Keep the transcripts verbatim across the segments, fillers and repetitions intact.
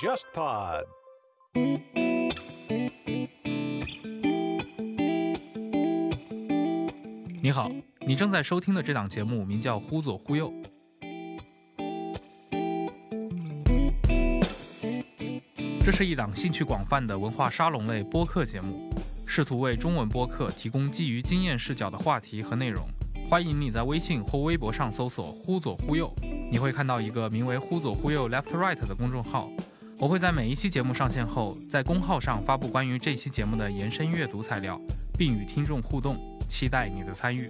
JustPod。 你好，你正在收听的这档节目名叫《忽左忽右》，这是一档兴趣广泛的文化沙龙类播客节目，试图为中文播客提供基于经验视角的话题和内容。欢迎你在微信或微博上搜索“忽左忽右”，你会看到一个名为“忽左忽右 Left Right” 的公众号。我会在每一期节目上线后，在公号上发布关于这期节目的延伸阅读材料，并与听众互动，期待你的参与。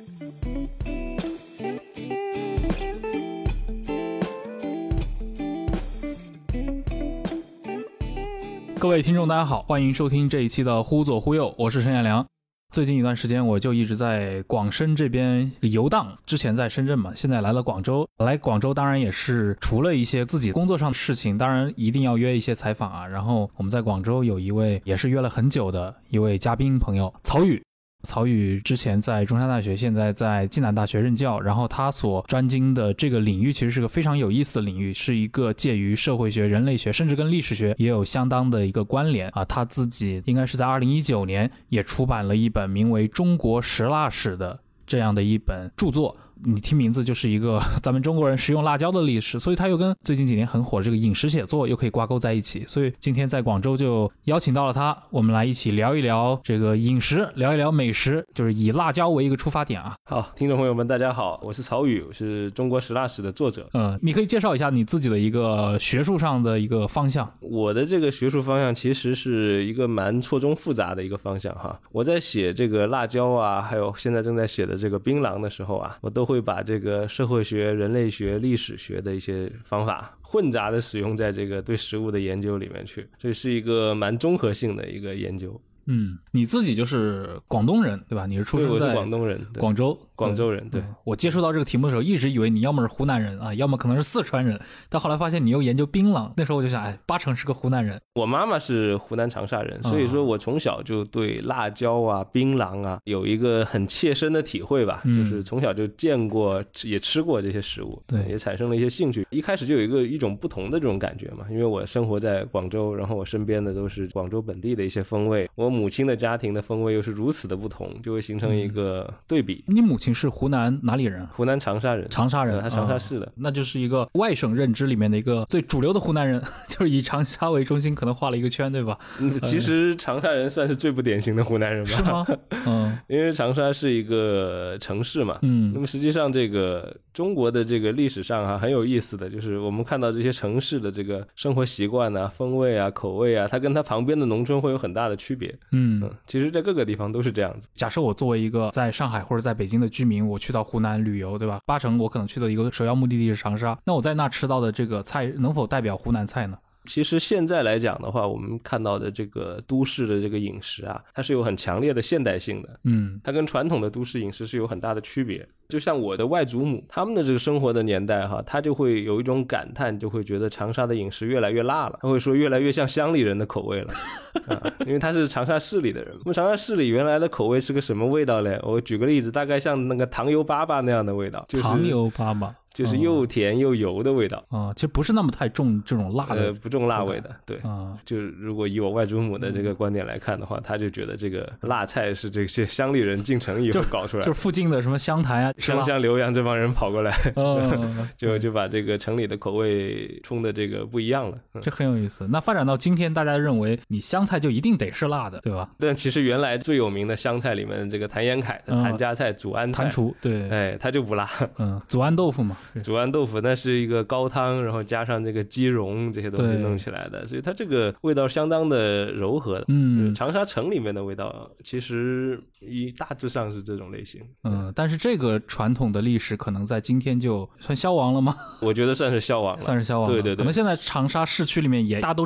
各位听众大家好，欢迎收听这一期的忽左忽右，我是陈彦良。最近一段时间我就一直在广深这边游荡，之前在深圳嘛，现在来了广州。来广州当然也是除了一些自己工作上的事情，当然一定要约一些采访啊。然后我们在广州有一位也是约了很久的一位嘉宾朋友曹宇。曹宇之前在中山大学，现在在暨南大学任教，然后他所专精的这个领域其实是个非常有意思的领域，是一个介于社会学、人类学甚至跟历史学也有相当的一个关联啊。他自己应该是在二零一九年也出版了一本名为《中国食辣史》的这样的一本著作，你听名字就是一个咱们中国人食用辣椒的历史，所以它又跟最近几年很火的这个饮食写作又可以挂钩在一起。所以今天在广州就邀请到了他，我们来一起聊一聊这个饮食，聊一聊美食，就是以辣椒为一个出发点啊。 好，听众朋友们大家好，我是曹宇，我是中国食辣史的作者。 嗯，你可以介绍一下你自己的一个学术上的一个方向。 我的这个学术方向其实是一个蛮错综复杂的一个方向哈。我在写这个辣椒啊，还有现在正在写的这个槟榔的时候啊，我都会把这个社会学、人类学、历史学的一些方法混杂的使用在这个对食物的研究里面去，这是一个蛮综合性的一个研究。 嗯，你自己就是广东人对吧？你是出生在对，我是广东人， 广州， 广州人。对、 嗯，我接触到这个题目的时候，一直以为你要么是湖南人啊，要么可能是四川人，但后来发现你又研究槟榔，那时候我就想，哎，八成是个湖南人。 我妈妈是湖南长沙人，所以说我从小就对辣椒啊、槟榔啊有一个很切身的体会吧，嗯、就是从小就见过、也吃过这些食物， 对， 也产生了一些兴趣。一开始就有一个一种不同的这种感觉嘛，因为我生活在广州，然后我身边的都是广州本地的一些风味，我母亲的家庭的风味又是如此的不同，就会形成一个对比。 嗯、你母亲是湖南哪里人？ 湖南长沙人。 长沙人， 他长沙市的、 哦，那就是一个外省认知里面的一个最主流的湖南人，就是以长沙为中心，可能画了一个圈，对吧？ 嗯，其实长沙人算是最不典型的湖南人吧？ 是吗？嗯， 因为长沙是一个城市嘛。 嗯， 那么实际上这个中国的这个历史上哈、啊、很有意思的，就是我们看到这些城市的这个生活习惯啊、风味啊、口味啊，它跟它旁边的农村会有很大的区别。 嗯， 嗯，其实在各个地方都是这样子。 假设我作为一个在上海或者在北京的居民，我去到湖南旅游，对吧？八成我可能去的一个首要目的地是长沙，那我在那吃到的这个菜能否代表湖南菜呢？ 其实现在来讲的话，我们看到的这个都市的这个饮食啊，它是有很强烈的现代性的， 嗯， 它跟传统的都市饮食是有很大的区别。就像我的外祖母，他们的这个生活的年代哈，他就会有一种感叹，就会觉得长沙的饮食越来越辣了，他会说越来越像乡里人的口味了，啊，因为他是长沙市里的人。那么长沙市里原来的口味是个什么味道嘞？我举个例子，大概像那个糖油粑粑那样的味道，就是糖油粑粑。 就是又甜又油的味道啊、嗯，其实不是那么太重这种辣的， 呃，不重辣味的，对，啊、 嗯， 就如果以我外祖母的这个观点来看的话，他、嗯、就觉得这个辣菜是这些乡里人进城以后搞出来的， 就, 就是附近的什么湘潭啊、 湘乡浏阳这帮人跑过来， 嗯， 就就把这个城里的口味冲的这个不一样了、 嗯，这很有意思。那发展到今天，大家认为你湘菜就一定得是辣的，对吧？ 但其实原来最有名的湘菜里面，这个谭延闿的谭家菜、祖安菜、 谭厨，对， 哎，他就不辣， 嗯，祖安豆腐嘛， 祖安豆腐。那是一个高汤，然后加上这个鸡蓉这些东西弄起来的，所以它这个味道相当的柔和的。 嗯， 长沙城里面的味道其实一大致上是这种类型。 嗯，但是这个传统的历史可能在今天就算消亡了吗？ 我觉得算是消亡了， 算是消亡了。 对对对， 可能现在长沙市区里面也大家都吃辣。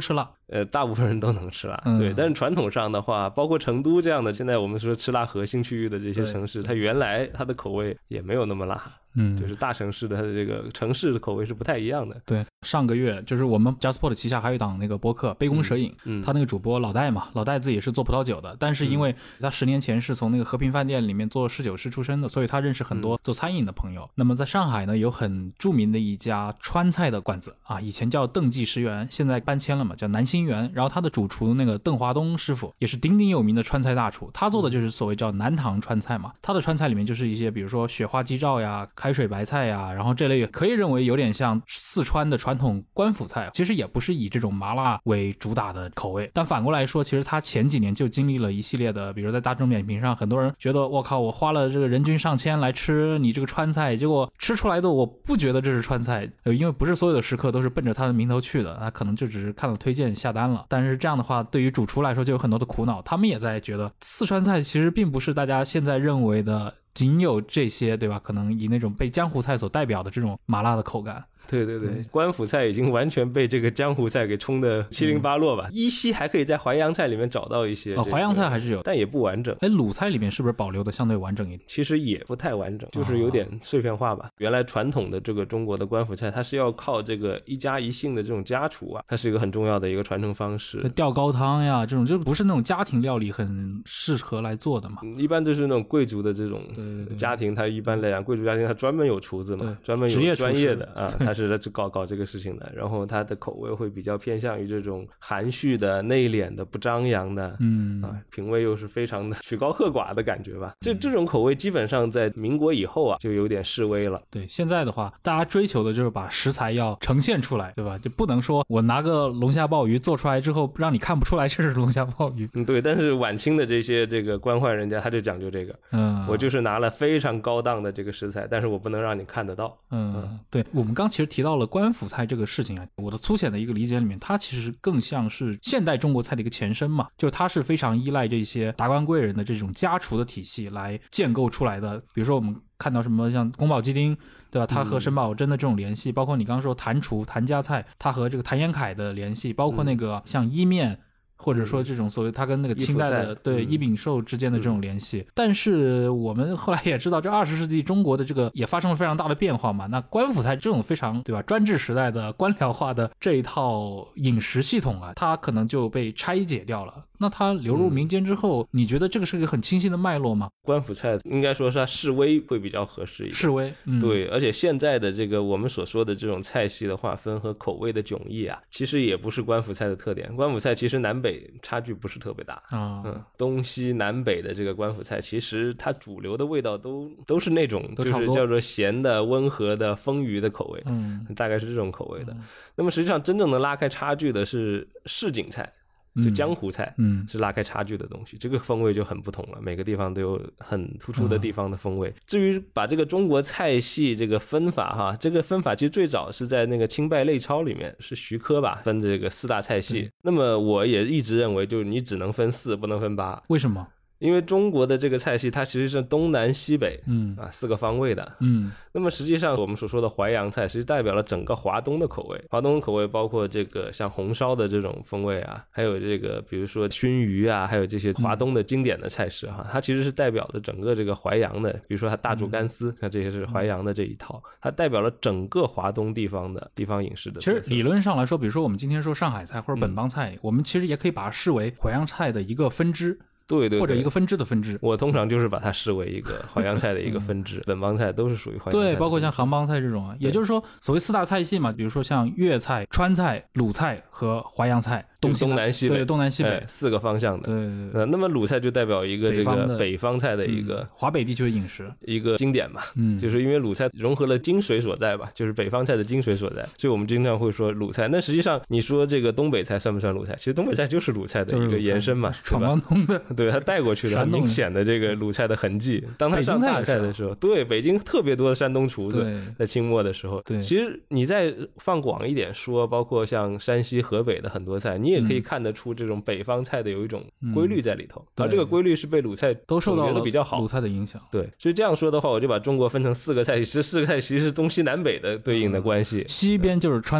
呃，大部分人都能吃辣， 嗯、 对。但是传统上的话，包括成都这样的，现在我们说吃辣核心区域的这些城市，它原来它的口味也没有那么辣。嗯，就是大城市的它的这个城市的口味是不太一样的。 对，上个月就是我们 JustPod 旗下还有一档那个播客杯弓蛇影，嗯，他那个主播老戴嘛，老戴自己也是做葡萄酒的，但是因为他十年前是从那个和平饭店里面做侍酒师出身的，所以他认识很多做餐饮的朋友。嗯、那么在上海呢，有很著名的一家川菜的馆子啊，以前叫邓记食园，现在搬迁了嘛，叫南新园。然后他的主厨那个邓华东师傅也是鼎鼎有名的川菜大厨，他做的就是所谓叫南唐川菜嘛。他的川菜里面就是一些比如说雪花鸡爪呀、开水白菜呀。然后这类可以认为有点像四川的传统官府菜，其实也不是以这种麻辣为主打的口味。但反过来说，其实他前几年就经历了一系列的，比如在大众点评上，很多人觉得我靠，我花了这个人均上千来吃你这个川菜，结果吃出来的我不觉得这是川菜，因为不是所有的食客都是奔着他的名头去的，他可能就只是看了推荐下单了。但是这样的话，对于主厨来说就有很多的苦恼，他们也在觉得四川菜其实并不是大家现在认为的仅有这些，对吧？可能以那种被江湖菜所代表的这种麻辣的口感。 对对对，官府菜已经完全被这个江湖菜给冲得七零八落吧、嗯、依稀还可以在淮扬菜里面找到一些、这个哦、淮扬菜还是有， 但也不完整。 哎，鲁菜里面是不是保留的相对完整一点？ 其实也不太完整，就是有点碎片化吧、哦、原来传统的这个中国的官府菜，它是要靠这个一家一姓的这种家厨啊，它是一个很重要的一个传承方式。 吊高汤呀，这种就不是那种家庭料理很适合来做的嘛。 一般就是那种贵族的这种家庭，它一般来讲贵族家庭它专门有厨子嘛，专门有专业的啊，它是搞搞这个这个事情的，然后它的口味会比较偏向于这种含蓄的、内敛的、不张扬的，嗯啊，品味又是非常的曲高和寡的感觉吧。这这种口味基本上在民国以后啊，就有点式微了。 对，现在的话，大家追求的就是把食材要呈现出来，对吧？就不能说我拿个龙虾鲍鱼做出来之后，让你看不出来这是龙虾鲍鱼。 嗯，对。但是晚清的这些这个官宦人家，他就讲究这个，嗯，我就是拿了非常高档的这个食材，但是我不能让你看得到。 嗯，嗯对。我们刚其实提到了官府菜这个事情啊，我的粗浅的一个理解里面，它其实更像是现代中国菜的一个前身嘛，就是它是非常依赖这些达官贵人的这种家厨的体系来建构出来的。比如说我们看到什么像宫保鸡丁，对吧？它和沈葆桢的这种联系、嗯、包括你刚刚说谭厨谭家菜，它和这个谭延闿的联系，包括那个像伊面或者说这种所谓他跟那个清代的、嗯、对伊秉寿之间的这种联系、嗯、但是我们后来也知道这二十世纪中国的这个也发生了非常大的变化嘛，那官府菜这种非常对吧专制时代的官僚化的这一套饮食系统啊，它可能就被拆解掉了。那它流入民间之后、嗯、你觉得这个是一个很清晰的脉络吗？ 官府菜应该说是它式微会比较合适一点， 式微、嗯、 对。而且现在的这个我们所说的这种菜系的划分和口味的迥异啊，其实也不是官府菜的特点。官府菜其实南北差距不是特别大啊、嗯，东西南北的这个官府菜其实它主流的味道都都是那种就是叫做咸的温和的丰腴的口味，嗯，大概是这种口味的、嗯、那么实际上真正能拉开差距的是市井菜，就江湖菜，嗯，是拉开差距的东西、嗯、这个风味就很不同了，每个地方都有很突出的地方的风味、嗯、至于把这个中国菜系这个分法哈，这个分法其实最早是在那个清拜类钞里面，是徐科吧分这个四大菜系。那么我也一直认为就是你只能分四不能分八。 为什么？ 因为中国的这个菜系它其实是东南西北，嗯啊四个方位的，嗯。那么实际上我们所说的淮扬菜，其实代表了整个华东的口味。华东口味包括这个像红烧的这种风味啊，还有这个比如说熏鱼啊，还有这些华东的经典的菜式哈、啊，它其实是代表了整个这个淮扬的，比如说它大煮干丝，看、嗯、这些是淮扬的这一套，它代表了整个华东地方的地方饮食的。 其实理论上来说，比如说我们今天说上海菜或者本帮菜、嗯，我们其实也可以把它视为淮扬菜的一个分支。 对 对, 对， 或者一个分支的分支， 我通常就是把它视为一个淮扬菜的一个分支、嗯、本帮菜都是属于淮扬菜。 对，包括像杭帮菜这种啊，也就是说所谓四大菜系嘛，比如说像粤菜、川菜、鲁菜和淮扬菜，东西东南西北， 对，东南西北、 哎、四个方向的。 对对对、 呃、那么鲁菜就代表一个这个北方菜的一个、嗯、 华北地区的饮食一个经典嘛，嗯，就是因为鲁菜融合了精髓所在吧，就是北方菜的精髓所在，所以我们经常会说鲁菜。那实际上你说这个东北菜算不算鲁菜？其实东北菜就是鲁菜的一个延伸嘛， 闯关东的， 对，它带过去的很明显的这个鲁菜的痕迹。当它上大菜的时候，对，北京特别多的山东厨子在清末的时候，对，其实你再放广一点说，包括像山西河北的很多菜，你也可以看得出这种北方菜的有一种规律在里头、嗯、而这个规律是被鲁菜都受到了比较好鲁菜的影响。 对，所以这样说的话，我就把中国分成四个菜系，其实四个菜系是东西南北的对应的关系、 嗯、西边就是川菜，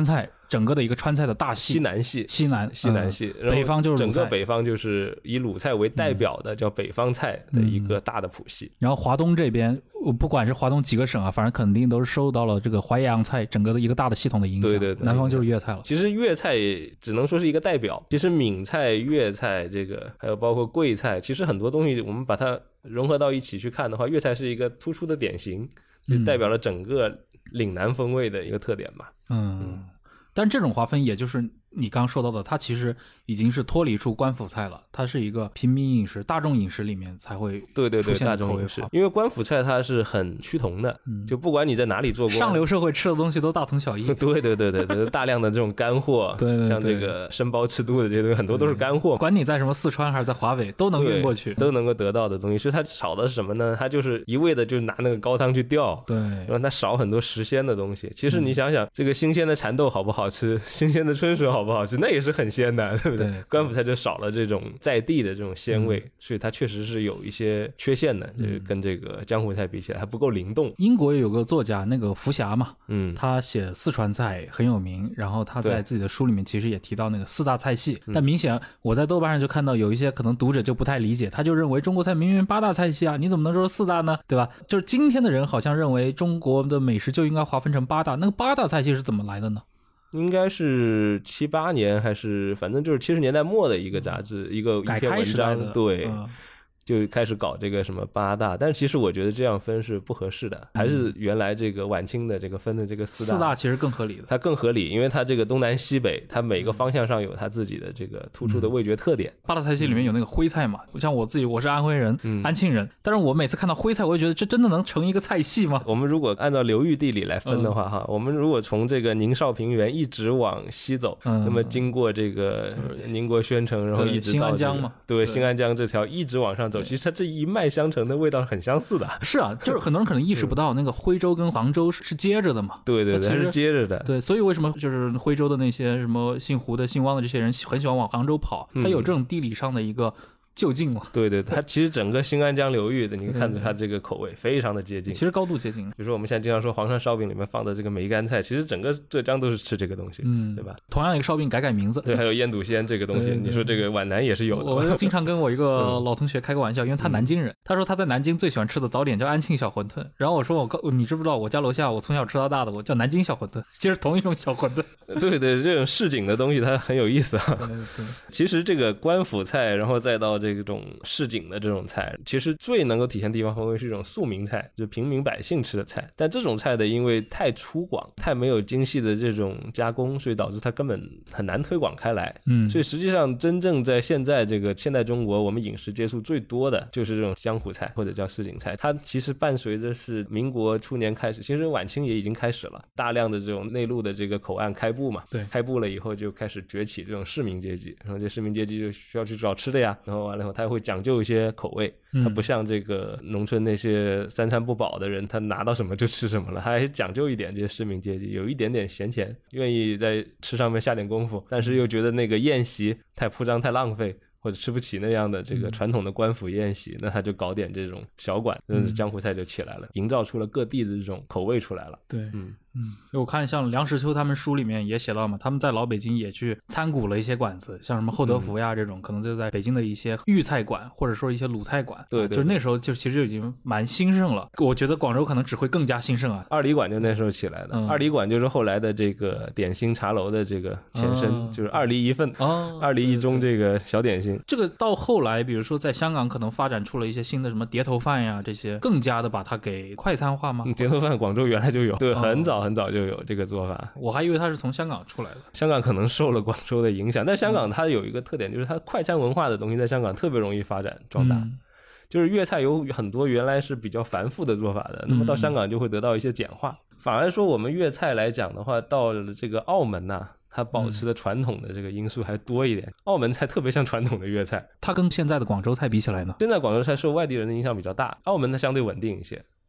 整个的一个川菜的大系， 西南系， 西南西南系， 嗯、北方就是整个北方就是以鲁菜为代表的、嗯、叫北方菜的一个大的谱系。 然后华东这边，不管是华东几个省啊，反正肯定都是受到了这个淮扬菜整个的一个大的系统的影响。 对对对， 南方就是粤菜了。 其实粤菜只能说是一个代表，其实闽菜、粤菜这个还有包括贵菜，其实很多东西我们把它融合到一起去看的话，粤菜是一个突出的典型，就代表了整个岭南风味的一个特点吧。 嗯，嗯但这种划分也就是你刚刚说到的，它其实已经是脱离出官府菜了，它是一个平民饮食、大众饮食里面才会对对对大众饮食，因为官府菜它是很趋同的、嗯，就不管你在哪里做过， 上流社会吃的东西都大同小异。 对对对对对，大量的这种干货， 对对对， 像这个生包吃肚的这些东西，很多都是干货， 管你在什么四川还是在华北，都能运过去， 都能够得到的东西。是它少的是什么呢？它就是一味的就拿那个高汤去吊， 对， 让它少很多时鲜的东西。其实你想想，嗯、这个新鲜的蚕豆好不好吃，新鲜的春笋好不好吃，那也是很鲜的，对不对？对，官府菜就少了这种在地的这种鲜味、嗯、所以它确实是有一些缺陷的，就是跟这个江湖菜比起来还不够灵动。 英国有个作家那个福霞嘛， 嗯， 他写四川菜很有名，然后他在自己的书里面其实也提到那个四大菜系，但明显我在豆瓣上就看到有一些可能读者就不太理解，他就认为中国菜明明八大菜系啊，你怎么能说四大呢？对吧？就是今天的人好像认为中国的美食就应该划分成八大，那个八大菜系是怎么来的呢？ 应该是七八年还是反正就是七十年代末的一个杂志、嗯、一个一篇文章，对、嗯，就开始搞这个什么八大，但是其实我觉得这样分是不合适的，还是原来这个晚清的这个分的这个四大， 四大其实更合理的， 它更合理，因为它这个东南西北，它每个方向上有它自己的这个突出的味觉特点。 嗯、八大菜系里面有那个徽菜嘛，像我自己我是安徽人、嗯、安庆人，但是我每次看到徽菜，我就觉得这真的能成一个菜系吗？ 我们如果按照流域地理来分的话哈、嗯，我们如果从这个宁绍平原一直往西走，嗯、那么经过这个宁国宣城，然后一直到、这个、 新安江嘛， 对，新安江这条一直往上走，其实它这一脉相承的味道很相似的。 是啊，就是很多人可能意识不到那个徽州跟杭州是接着的嘛。 对对对，它是接着的。 对，所以为什么就是徽州的那些什么姓胡的、姓汪的这些人很喜欢往杭州跑，他有这种地理上的一个就近嘛。 对对，它其实整个新安江流域的，你看着它这个口味非常的接近， 其实高度接近。 比如说我们现在经常说黄山烧饼里面放的这个梅干菜，其实整个浙江都是吃这个东西，嗯，对吧？ 同样一个烧饼改改名字， 对，还有腌笃鲜这个东西，你说这个皖南也是有的。 我经常跟我一个老同学开个玩笑，因为他南京人，他说他在南京最喜欢吃的早点叫安庆小馄饨，然后我说我告你知不知道我家楼下我从小吃到大的，我叫南京小馄饨，其实同一种小馄饨。 对对，这种市井的东西它很有意思啊。 对对， 其实这个官府菜，然后再到这种市井的这种菜，其实最能够体现地方风味是一种庶民菜，就是平民百姓吃的菜。但这种菜的因为太粗犷，太没有精细的这种加工，所以导致它根本很难推广开来。嗯，所以实际上真正在现在这个现代中国，我们饮食接触最多的就是这种湘湖菜或者叫市井菜。它其实伴随的是民国初年开始，其实晚清也已经开始了大量的这种内陆的这个口岸开埠嘛。 对， 开埠了以后就开始崛起这种市民阶级，然后这市民阶级就需要去找吃的呀，然后完了以后他会讲究一些口味，他不像这个农村那些三餐不饱的人，他拿到什么就吃什么了，他还讲究一点，这些市民阶级有一点点闲钱，愿意在吃上面下点功夫，但是又觉得那个宴席太铺张太浪费，或者吃不起那样的这个传统的官府宴席、嗯、那他就搞点这种小馆，那江湖菜就起来了、嗯、营造出了各地的这种口味出来了。 对，嗯嗯，我看像梁实秋他们书里面也写到嘛，他们在老北京也去参股了一些馆子，像什么厚德福呀、嗯、这种，可能就在北京的一些豫菜馆或者说一些鲁菜馆。 对 对, 对， 就是那时候就其实就已经蛮兴盛了。我觉得广州可能只会更加兴盛啊。 二里馆就那时候起来的、嗯、二里馆就是后来的这个点心茶楼的这个前身、嗯、就是二梨一份、哦、二梨一中这个小点心。 这个到后来比如说在香港可能发展出了一些新的什么碟头饭呀，这些更加的把它给快餐化吗？ 嗯、碟头饭广州原来就有，对、哦、很早很早就有这个做法。 我还以为它是从香港出来的。 香港可能受了广州的影响，但香港它有一个特点，就是它快餐文化的东西在香港特别容易发展壮大、嗯、就是粤菜有很多原来是比较繁复的做法的，那么到香港就会得到一些简化、嗯、反而说我们粤菜来讲的话，到了这个澳门呐、啊，它保持的传统的这个因素还多一点、嗯、澳门菜特别像传统的粤菜。 它跟现在的广州菜比起来呢， 现在广州菜受外地人的影响比较大，澳门它相对稳定一些，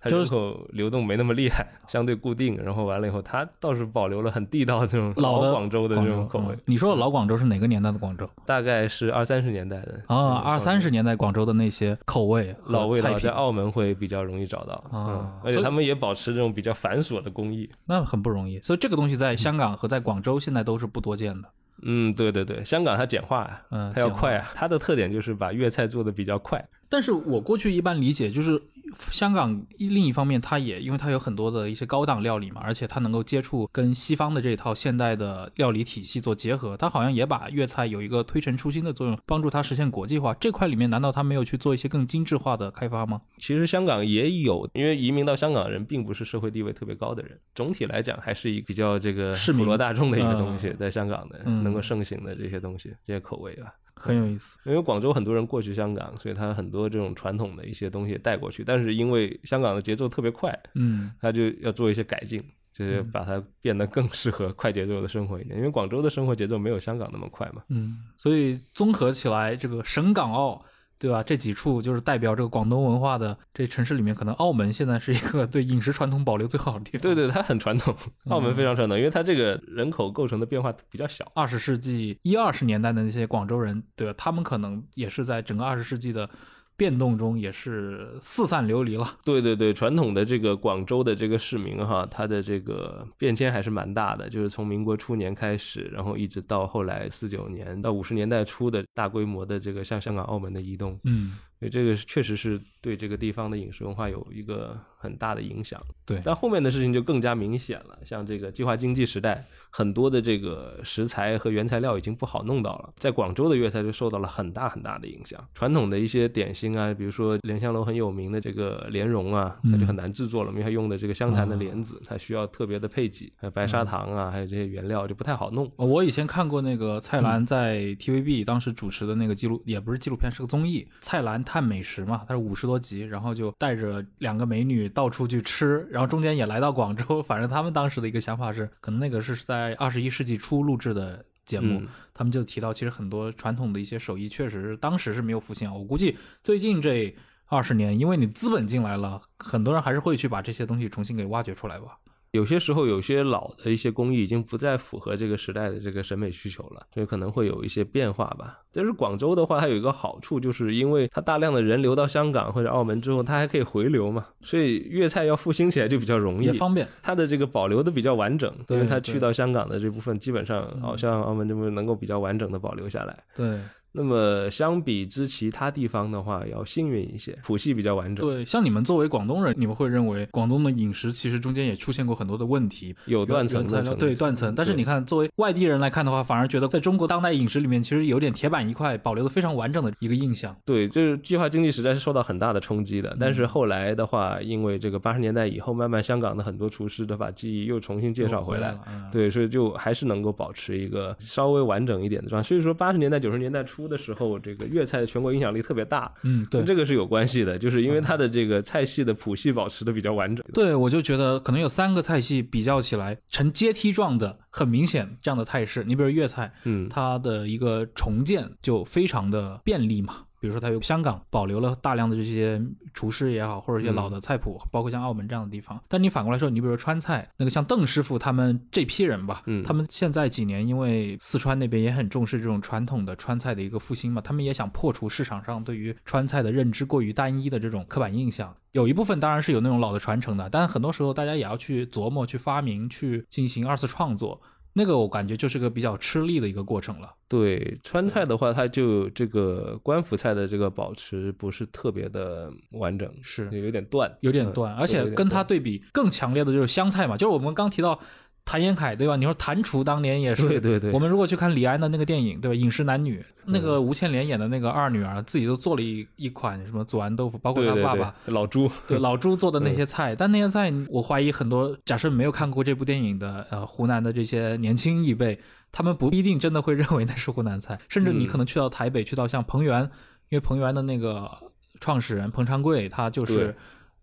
它人口流动没那么厉害，相对固定，然后完了以后它倒是保留了很地道的这种老广州的这种口味、嗯、 你说的老广州是哪个年代的广州？ 大概是二三十年代的啊，二三十年代广州的那些口味老味道在澳门会比较容易找到啊、嗯，而且他们也保持这种比较繁琐的工艺， 那很不容易，所以这个东西在香港和在广州现在都是不多见的。 嗯，对对对，香港它简化啊，嗯，它要快啊，它的特点就是把粤菜做的比较快。 但是我过去一般理解就是香港另一方面它也因为它有很多的一些高档料理嘛，而且它能够接触跟西方的这套现代的料理体系做结合，它好像也把粤菜有一个推陈出新的作用，帮助它实现国际化。这块里面难道它没有去做一些更精致化的开发吗？ 其实香港也有，因为移民到香港的人并不是社会地位特别高的人，总体来讲还是一个比较这个普罗大众的一个东西、嗯、在香港的、嗯、能够盛行的这些东西这些口味啊， 很有意思。 因为广州很多人过去香港，所以他很多这种传统的一些东西带过去，但是因为香港的节奏特别快，嗯，他就要做一些改进，就是把它变得更适合快节奏的生活一点，因为广州的生活节奏没有香港那么快嘛。嗯， 所以综合起来，这个省港澳，对吧？这几处就是代表这个广东文化的这城市里面，可能澳门现在是一个对饮食传统保留最好的地方。 对对，它很传统，澳门非常传统、嗯、因为它这个人口构成的变化比较小。 二十世纪一二十年代的那些广州人，对吧？他们可能也是在整个二十世纪的变动中也是四散流离了。 对对对，传统的这个广州的这个市民哈，它的这个变迁还是蛮大的，就是从民国初年开始，然后一直到后来四九年到五十年代初的大规模的这个像香港澳门的移动。嗯，所以这个确实是对这个地方的饮食文化有一个很大的影响。 对， 但后面的事情就更加明显了，像这个计划经济时代，很多的这个食材和原材料已经不好弄到了，在广州的粤菜就受到了很大很大的影响。传统的一些点心啊，比如说莲香楼很有名的这个莲蓉啊，它就很难制作了，因为它用的这个湘潭的莲子、嗯、它需要特别的配给，还有白砂糖啊、嗯、还有这些原料就不太好弄。 我以前看过那个蔡澜在 T V B 当时主持的那个纪录、嗯、也不是纪录片，是个综艺，蔡澜探美食嘛，他是五十多集，然后就带着两个美女到处去吃，然后中间也来到广州，反正他们当时的一个想法是，可能那个是在二十一世纪初录制的节目、嗯、他们就提到其实很多传统的一些手艺确实当时是没有复兴。我估计最近这二十年因为你资本进来了，很多人还是会去把这些东西重新给挖掘出来吧。 有些时候有些老的一些工艺已经不再符合这个时代的这个审美需求了，所以可能会有一些变化吧。但是广州的话它有一个好处，就是因为它大量的人流到香港或者澳门之后，它还可以回流嘛，所以粤菜要复兴起来就比较容易， 也方便， 它的这个保留的比较完整，因为它去到香港的这部分基本上好像澳门这部分能够比较完整的保留下来。 对， 那么相比之其他地方的话要幸运一些，谱系比较完整。 对，像你们作为广东人，你们会认为广东的饮食其实中间也出现过很多的问题， 有断层的， 对，断层。但是你看作为外地人来看的话，反而觉得在中国当代饮食里面其实有点铁板一块，保留的非常完整的一个印象。 对，就是计划经济时代是受到很大的冲击的、嗯、但是后来的话，因为这个八十年代以后慢慢香港的很多厨师都把技艺又重新介绍回来， 回来嗯、 对，所以就还是能够保持一个稍微完整一点的状态。所以说八十年代九十年代初的时候，这个粤菜的全国影响力特别大， 嗯，对， 这个是有关系的，就是因为它的这个菜系的谱系保持的比较完整。 对，我就觉得可能有三个菜系比较起来呈阶梯状的，很明显这样的态势。你比如粤菜，嗯，它的一个重建就非常的便利嘛。比如说它有香港保留了大量的这些厨师也好，或者一些老的菜谱、嗯、包括像澳门这样的地方。但你反过来说，你比如说川菜，那个像邓师傅他们这批人吧、嗯、他们现在几年因为四川那边也很重视这种传统的川菜的一个复兴嘛，他们也想破除市场上对于川菜的认知过于单一的这种刻板印象。有一部分当然是有那种老的传承的，但很多时候大家也要去琢磨、去发明、去进行二次创作，那个我感觉就是个比较吃力的一个过程了。 对，川菜的话它就这个官府菜的这个保持不是特别的完整， 是有点断有点断、嗯、而且跟它对比更强烈的就是湘菜嘛，就是我们刚提到谭延闿，对吧？你说谭厨当年也是， 对对对。 我们如果去看李安的那个电影，对吧？饮食男女，那个吴倩莲演的那个二女儿，自己都做了一一款什么左安豆腐，包括他爸爸对对对老朱， 对老朱做的那些菜。嗯、但那些菜，我怀疑很多假设没有看过这部电影的呃湖南的这些年轻一辈，他们不一定真的会认为那是湖南菜，甚至你可能去到台北，嗯、去到像彭园，因为彭园的那个创始人彭昌贵，他就是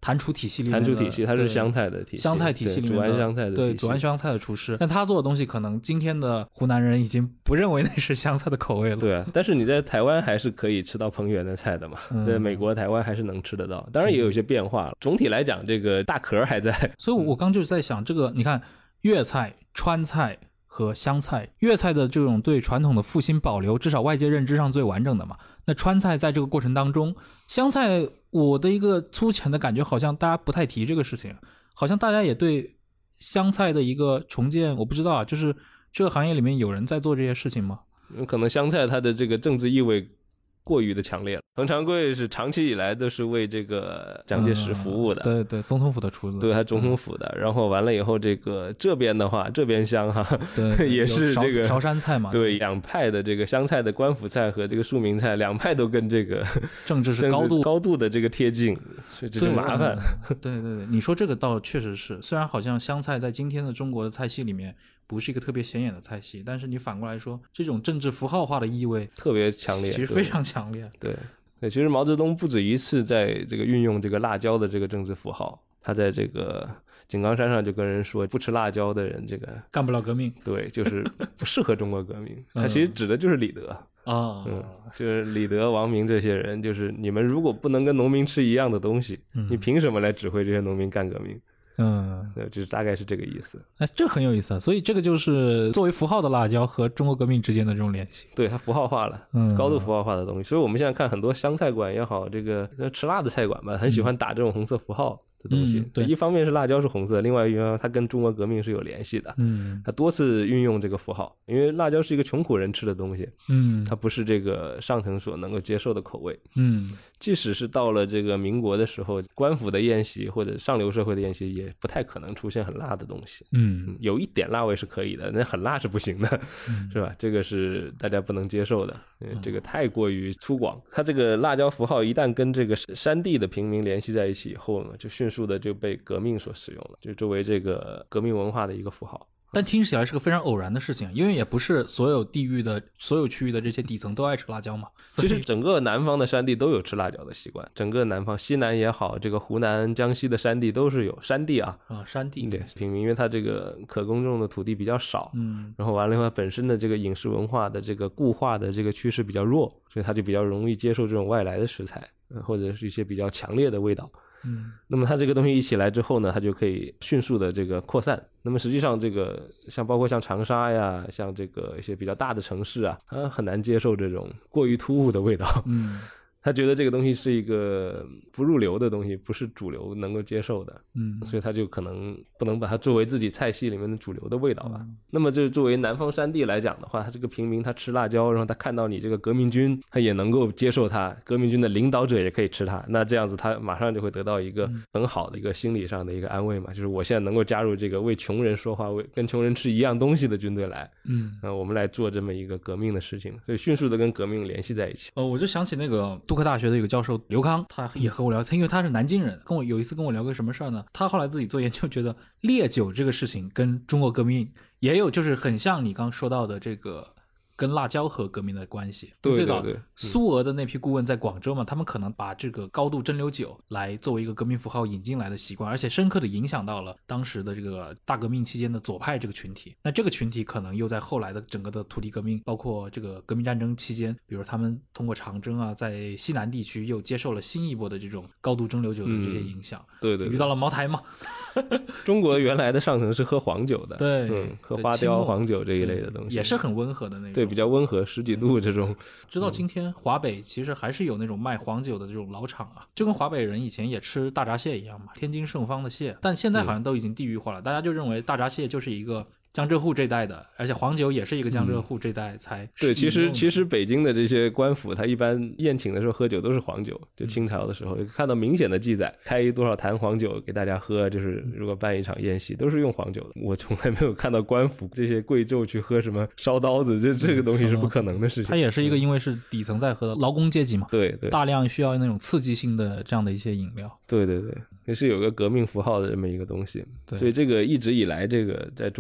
谭厨体系里面的， 谭厨体系它是湘菜的体系， 湘菜体系里面的煮完湘菜的体系， 对，煮完湘菜的厨师，但他做的东西可能今天的湖南人已经不认为那是湘菜的口味了。 对啊，但是你在台湾还是可以吃到彭源的菜的嘛，嗯、在美国台湾还是能吃得到，当然也有一些变化了、嗯、总体来讲这个大壳还在。 所以我刚就是在想这个，你看粤菜、川菜和湘菜，粤菜的这种对传统的复兴保留，至少外界认知上最完整的嘛。那川菜在这个过程当中，湘菜我的一个粗浅的感觉好像大家不太提这个事情，好像大家也对湘菜的一个重建，我不知道啊，就是这个行业里面有人在做这些事情吗？ 可能湘菜它的这个政治意味过于的强烈了。彭长贵是长期以来都是为这个蒋介石服务的、 嗯、对对，总统府的厨子， 对，他总统府的、嗯、然后完了以后这个这边的话，这边湘哈， 对， 也是这个韶山菜嘛， 对，两派的这个湘菜的官府菜和这个庶民菜两派都跟这个政治是高度高度的这个贴近，所以这就麻烦。 对对 对, 对，你说这个倒确实是，虽然好像湘菜在今天的中国的菜系里面不是一个特别显眼的菜系，但是你反过来说，这种政治符号化的意味特别强烈， 其实非常强烈。 对。对，其实毛泽东不止一次在这个运用这个辣椒的这个政治符号，他在这个井冈山上就跟人说，不吃辣椒的人这个干不了革命， 对，就是不适合中国革命。他其实指的就是李德啊、 嗯，就是李德、王明这些人，就是你们如果不能跟农民吃一样的东西， 嗯、 你凭什么来指挥这些农民干革命？ 嗯， 对，就是大概是这个意思。 哎，这很有意思啊！所以这个就是作为符号的辣椒和中国革命之间的这种联系。 对，它符号化了，嗯，高度符号化的东西。所以我们现在看很多湘菜馆也好，这个吃辣的菜馆吧，很喜欢打这种红色符号的东西。 嗯、对， 一方面是辣椒是红色，另外一方面它跟中国革命是有联系的。 嗯， 它多次运用这个符号，因为辣椒是一个穷苦人吃的东西。 嗯， 它不是这个上层所能够接受的口味。 嗯， 即使是到了这个民国的时候，官府的宴席或者上流社会的宴席，也不太可能出现很辣的东西。 嗯， 有一点辣味是可以的，那很辣是不行的， 嗯、 是吧？这个是大家不能接受的，这个太过于粗犷。它这个辣椒符号一旦跟这个山地的平民联系在一起以后呢，就迅速的就被革命所使用了，就作为这个革命文化的一个符号。 但听起来是个非常偶然的事情，因为也不是所有地域的所有区域的这些底层都爱吃辣椒嘛。 其实整个南方的山地都有吃辣椒的习惯，整个南方西南也好，这个湖南江西的山地都是有山地啊啊山地对平民，因为它这个可耕种的土地比较少， 嗯， 然后完了以后本身的这个饮食文化的这个固化的这个趋势比较弱，所以它就比较容易接受这种外来的食材，或者是一些比较强烈的味道。 嗯， 那么它这个东西一起来之后呢，它就可以迅速的这个扩散。那么实际上这个像包括像长沙呀，像这个一些比较大的城市啊，它很难接受这种过于突兀的味道。 嗯， 他觉得这个东西是一个不入流的东西，不是主流能够接受的， 嗯， 所以他就可能不能把它作为自己菜系里面的主流的味道吧。嗯、那么这作为南方山地来讲的话，他这个平民他吃辣椒，然后他看到你这个革命军，他也能够接受他，革命军的领导者也可以吃它，那这样子他马上就会得到一个很好的一个心理上的一个安慰嘛，就是我现在能够加入这个为穷人说话，为跟穷人吃一样东西的军队来， 嗯， 呃，我们来做这么一个革命的事情，所以迅速的跟革命联系在一起。 呃，我就想起那个杜克大学的一个教授刘康，他也和我聊天，因为他是南京人，跟我有一次跟我聊个什么事儿呢？他后来自己做研究，觉得烈酒这个事情跟中国革命也有，就是很像你刚说到的这个跟辣椒和革命的关系。 对对对， 最早苏俄的那批顾问在广州嘛，他们可能把这个高度蒸馏酒来作为一个革命符号引进来的习惯，而且深刻的影响到了当时的这个大革命期间的左派这个群体。那这个群体可能又在后来的整个的土地革命，包括这个革命战争期间，比如他们通过长征啊，在西南地区又接受了新一波的这种高度蒸馏酒的这些影响。 嗯、对, 对对， 遇到了茅台嘛。 中国原来的上层是喝黄酒的， 对， 嗯，喝花雕、黄酒这一类的东西， 也是很温和的那种， 对，比较温和，十几度这种。 直到今天，华北其实还是有那种卖黄酒的这种老厂啊，就跟华北人以前也吃大闸蟹一样嘛，天津盛芳的蟹，但现在好像都已经地域化了，嗯、大家就认为大闸蟹就是一个江浙沪这代的，而且黄酒也是一个江浙沪这代才、嗯、 对，其实其实北京的这些官府他一般宴请的时候喝酒都是黄酒，就清朝的时候、嗯、看到明显的记载，开多少坛黄酒给大家喝，就是如果办一场宴席都是用黄酒的。我从来没有看到官府这些贵胄去喝什么烧刀子，这这个东西是不可能的事情。 它也是一个因为是底层在喝的劳工阶级嘛， 对对， 大量需要那种刺激性的这样的一些饮料。 对对对，也是有个革命符号的这么一个东西。所以这个一直以来这个在中国革命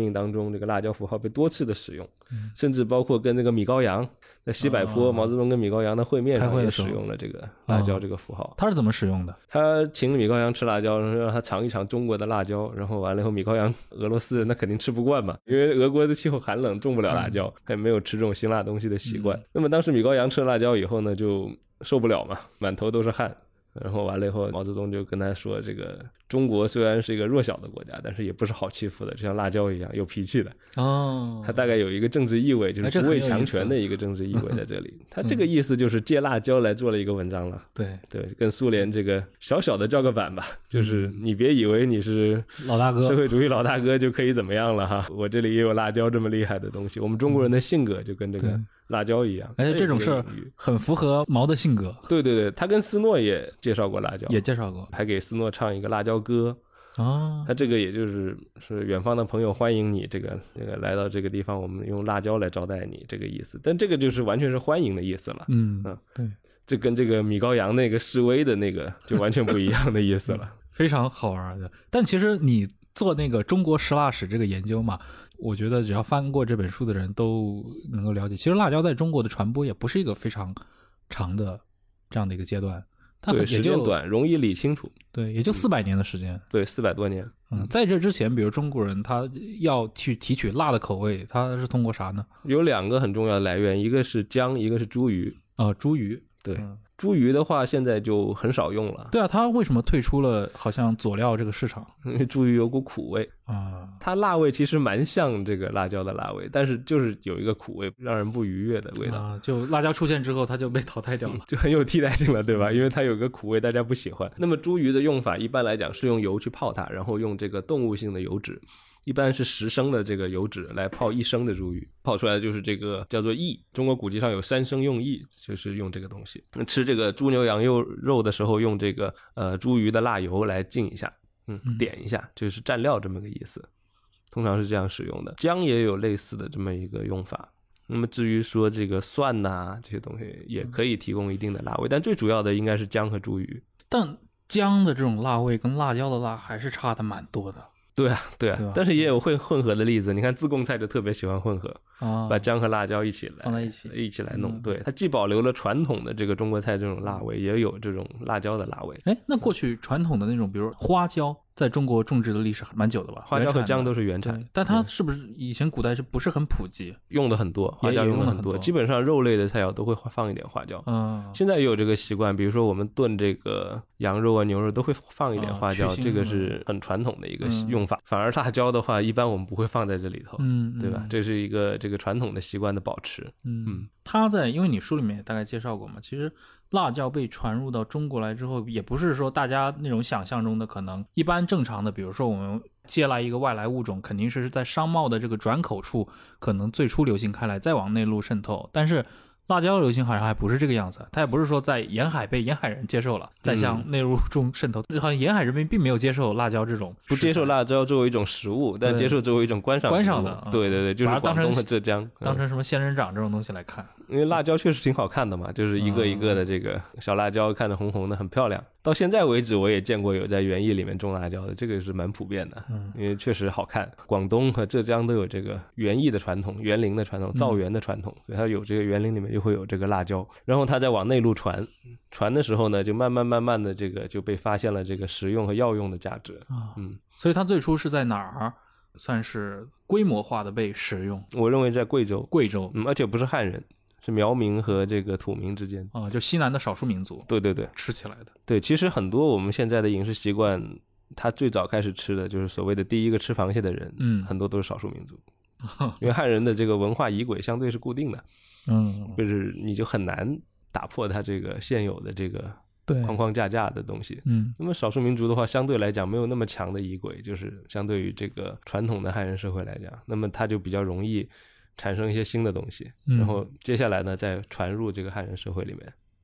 命当中，这个辣椒符号被多次的使用，嗯、甚至包括跟那个米高扬在西柏坡，哦、毛泽东跟米高扬的会面上也使用了这个辣椒这个符号。 哦、他是怎么使用的？ 他请米高扬吃辣椒，让他尝一尝中国的辣椒，然后完了以后，米高扬俄罗斯人那肯定吃不惯嘛，因为俄国的气候寒冷，种不了辣椒，他也没有吃这种辛辣东西的习惯。嗯、那么当时米高扬吃了辣椒以后呢，就受不了嘛，满头都是汗。然后完了以后，毛泽东就跟他说，这个中国虽然是一个弱小的国家，但是也不是好欺负的，就像辣椒一样有脾气的。哦，他大概有一个政治意味，就是不畏强权的一个政治意味在这里。他这个意思就是借辣椒来做了一个文章了。对对，跟苏联这个小小的叫个板吧，就是你别以为你是老大哥， 社会主义老大哥就可以怎么样了哈。我这里也有辣椒这么厉害的东西。我们中国人的性格就跟这个辣椒一样， 而且这种事儿很符合毛的性格。 对对对，他跟斯诺也介绍过辣椒， 也介绍过， 还给斯诺唱一个辣椒歌。哦，他这个也就是是远方的朋友欢迎你，这个这个来到这个地方，我们用辣椒来招待你，这个意思。但这个就是完全是欢迎的意思了。嗯嗯，对，这跟这个米高扬那个示威的那个就完全不一样的意思了。 非常好玩的。但其实你做那个中国食辣史这个研究嘛，我觉得只要翻过这本书的人都能够了解，其实辣椒在中国的传播也不是一个非常长的这样的一个阶段，它对时间短，容易理清楚。 对，也就四百年的时间。 嗯、对，四百多年。 嗯，在这之前，比如中国人他要去提取辣的口味，他是通过啥呢？ 有两个很重要的来源，一个是姜，一个是茱萸。 啊、呃，茱萸。 对。嗯，茱萸的话现在就很少用了。 对啊，它为什么退出了好像佐料这个市场？ 因为茱萸有股苦味啊，它辣味其实蛮像这个辣椒的辣味，但是就是有一个苦味，让人不愉悦的味道啊。 就辣椒出现之后，它就被淘汰掉了， 嗯、就很有替代性了，对吧？因为它有个苦味，大家不喜欢。那么茱萸的用法一般来讲是用油去泡它，然后用这个动物性的油脂。一般是十升的这个油脂来泡一升的茱萸，泡出来的就是这个叫做薏。中国古籍上有三升用薏，就是用这个东西。吃这个猪牛羊肉肉的时候，用这个呃茱萸的辣油来浸一下，嗯，点一下，就是蘸料这么个意思。通常是这样使用的。姜也有类似的这么一个用法。那么至于说这个蒜呐、啊、这些东西，也可以提供一定的辣味，但最主要的应该是姜和茱萸。 但姜的这种辣味跟辣椒的辣还是差的蛮多的。 对啊，对啊，对，但是也有会混合的例子。你看自贡菜就特别喜欢混合，啊、把姜和辣椒一起来放在一起， 一起来弄。嗯、对，它既保留了传统的这个中国菜这种辣味，也有这种辣椒的辣味。 哎，那过去传统的那种，比如花椒，在中国种植的历史蛮久的吧？ 花椒和姜都是原产， 但它是不是以前古代是不是很普及？ 用的很多，花椒用的很多，基本上肉类的菜肴都会放一点花椒。嗯，现在也有这个习惯，比如说我们炖这个羊肉啊、牛肉都会放一点花椒，啊、这个是很传统的一个用法。嗯、反而辣椒的话，一般我们不会放在这里头，嗯，对吧？这是一个这个传统的习惯的保持。 嗯，嗯它在因为你书里面也大概介绍过嘛，其实辣椒被传入到中国来之后，也不是说大家那种想象中的可能一般正常的，比如说我们接来一个外来物种，肯定是在商贸的这个转口处可能最初流行开来，再往内陆渗透，但是辣椒流行好像还不是这个样子，它也不是说在沿海被沿海人接受了，再向内陆中渗透，嗯、好像沿海人民并没有接受辣椒这种， 不接受辣椒作为一种食物，但接受作为一种观赏观赏的， 对对对，就是广东和浙江当成什么仙人掌这种东西来看， 因为辣椒确实挺好看的嘛，就是一个一个的这个小辣椒，看着红红的，很漂亮。到现在为止，我也见过有在园艺里面种辣椒的，这个是蛮普遍的，嗯、因为确实好看。广东和浙江都有这个园艺的传统、园林的传统、造园的传统，所以它有这个园林里面就会有这个辣椒。然后它再往内陆传，传的时候呢，就慢慢慢慢的这个就被发现了这个食用和药用的价值。 啊、嗯，所以它最初是在哪儿算是规模化的被使用？ 我认为在贵州， 贵州， 嗯，而且不是汉人。是苗民和这个土民之间啊，就西南的少数民族， 对对对， 吃起来的。 对，其实很多我们现在的饮食习惯，他最早开始吃的就是所谓的第一个吃螃蟹的人，嗯，很多都是少数民族，因为汉人的这个文化仪轨相对是固定的，嗯，就是你就很难打破他这个现有的这个框框架架的东西，嗯，那么少数民族的话，相对来讲没有那么强的仪轨，就是相对于这个传统的汉人社会来讲，那么他就比较容易产生一些新的东西，然后接下来呢再传入这个汉人社会里面，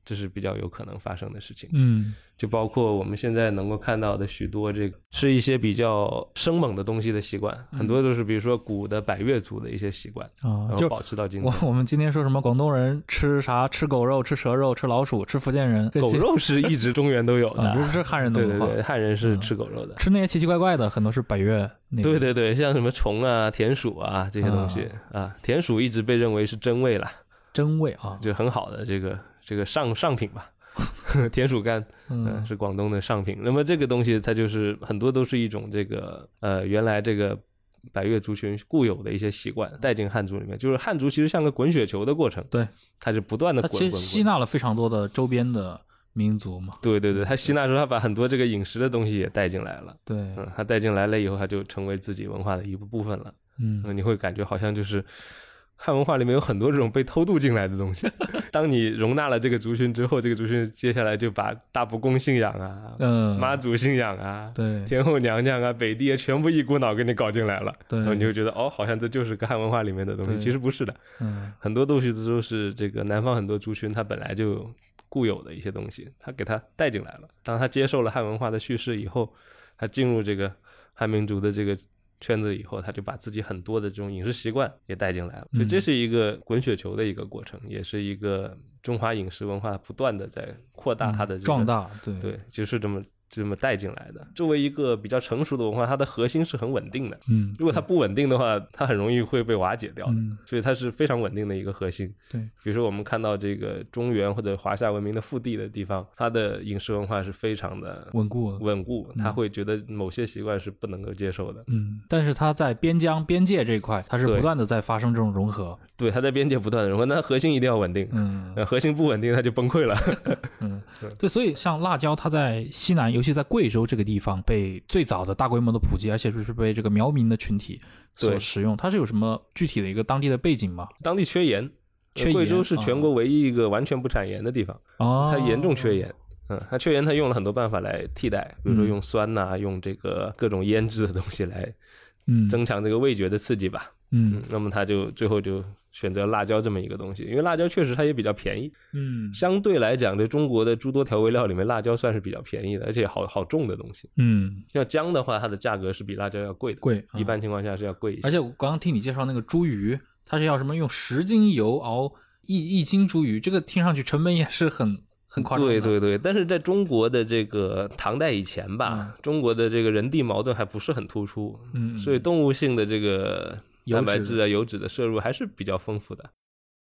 这是比较有可能发生的事情。 嗯， 就包括我们现在能够看到的许多这个吃一些比较生猛的东西的习惯， 嗯、 很多都是比如说古的百越族的一些习惯啊，然后保持到今天。 我我们今天说什么广东人吃啥？吃狗肉、吃蛇肉、吃老鼠、吃福建人。 狗肉是一直中原都有的， 啊、这是汉人的文化。 对对对，汉人是吃狗肉的， 嗯、吃那些奇奇怪怪的，很多是百越。那个、 对对对，像什么虫啊、田鼠啊这些东西 啊, 啊，田鼠一直被认为是真味啦， 真味啊， 就很好的这个这个上上品吧。田鼠干，嗯、呃，是广东的上品。那么这个东西它就是很多都是一种这个呃原来这个百越族群固有的一些习惯带进汉族里面，就是汉族其实像个滚雪球的过程， 对， 它是不断的滚滚滚， 它其实吸纳了非常多的周边的民族嘛。 对对对，它吸纳之后，它把很多这个饮食的东西也带进来了。 对， 嗯，它带进来了以后，它就成为自己文化的一部分了。 嗯， 你会感觉好像就是汉文化里面有很多这种被偷渡进来的东西。当你容纳了这个族群之后，这个族群接下来就把大不公信仰啊、嗯、妈祖信仰啊、 对、 天后娘娘啊、北帝啊，全部一股脑给你搞进来了。 对， 然后你就觉得哦，好像这就是个汉文化里面的东西，其实不是的。 嗯， 很多东西都是这个南方很多族群它本来就固有的一些东西，它给它带进来了。当它接受了汉文化的叙事以后，它进入这个汉民族的这个圈子以后，他就把自己很多的这种饮食习惯也带进来了，所以这是一个滚雪球的一个过程，也是一个中华饮食文化不断的在扩大它的、这个嗯、壮大，对对，就是这么这么带进来的。作为一个比较成熟的文化，它的核心是很稳定的， 嗯， 如果它不稳定的话，它很容易会被瓦解掉的、 嗯、 所以它是非常稳定的一个核心。 对， 比如说我们看到这个中原或者华夏文明的腹地的地方，它的饮食文化是非常的稳固稳固，他会觉得某些习惯是不能够接受的。 嗯，但是它在边疆边界这一块，它是不断的在发生这种融合。 对，它在边界不断的融合，那核心一定要稳定。 嗯， 核心不稳定，它就崩溃了。 嗯，对，所以像辣椒，它在西南，尤其在贵州这个地方，被最早的大规模的普及，而且是被这个苗民的群体所使用。它是有什么具体的一个当地的背景吗？ 当地缺盐， 缺盐， 贵州是全国唯一一个完全不产盐的地方。 哦， 它严重缺盐。嗯，它缺盐，它用了很多办法来替代，比如说用酸呐、啊嗯，用这个各种腌制的东西来，嗯，增强这个味觉的刺激吧。嗯，嗯那么它就最后就选择辣椒这么一个东西，因为辣椒确实它也比较便宜。 嗯， 相对来讲，这中国的诸多调味料里面，辣椒算是比较便宜的，而且好好重的东西。 嗯， 像姜的话，它的价格是比辣椒要贵的， 贵， 一般情况下是要贵一些。 而且我刚刚听你介绍那个猪鱼，它是要什么用十斤油熬一一斤猪鱼，这个听上去成本也是很。很夸张。 对对对，但是在中国的这个唐代以前吧、嗯、中国的这个人地矛盾还不是很突出，嗯，所以动物性的这个蛋白质啊油脂的摄入还是比较丰富的。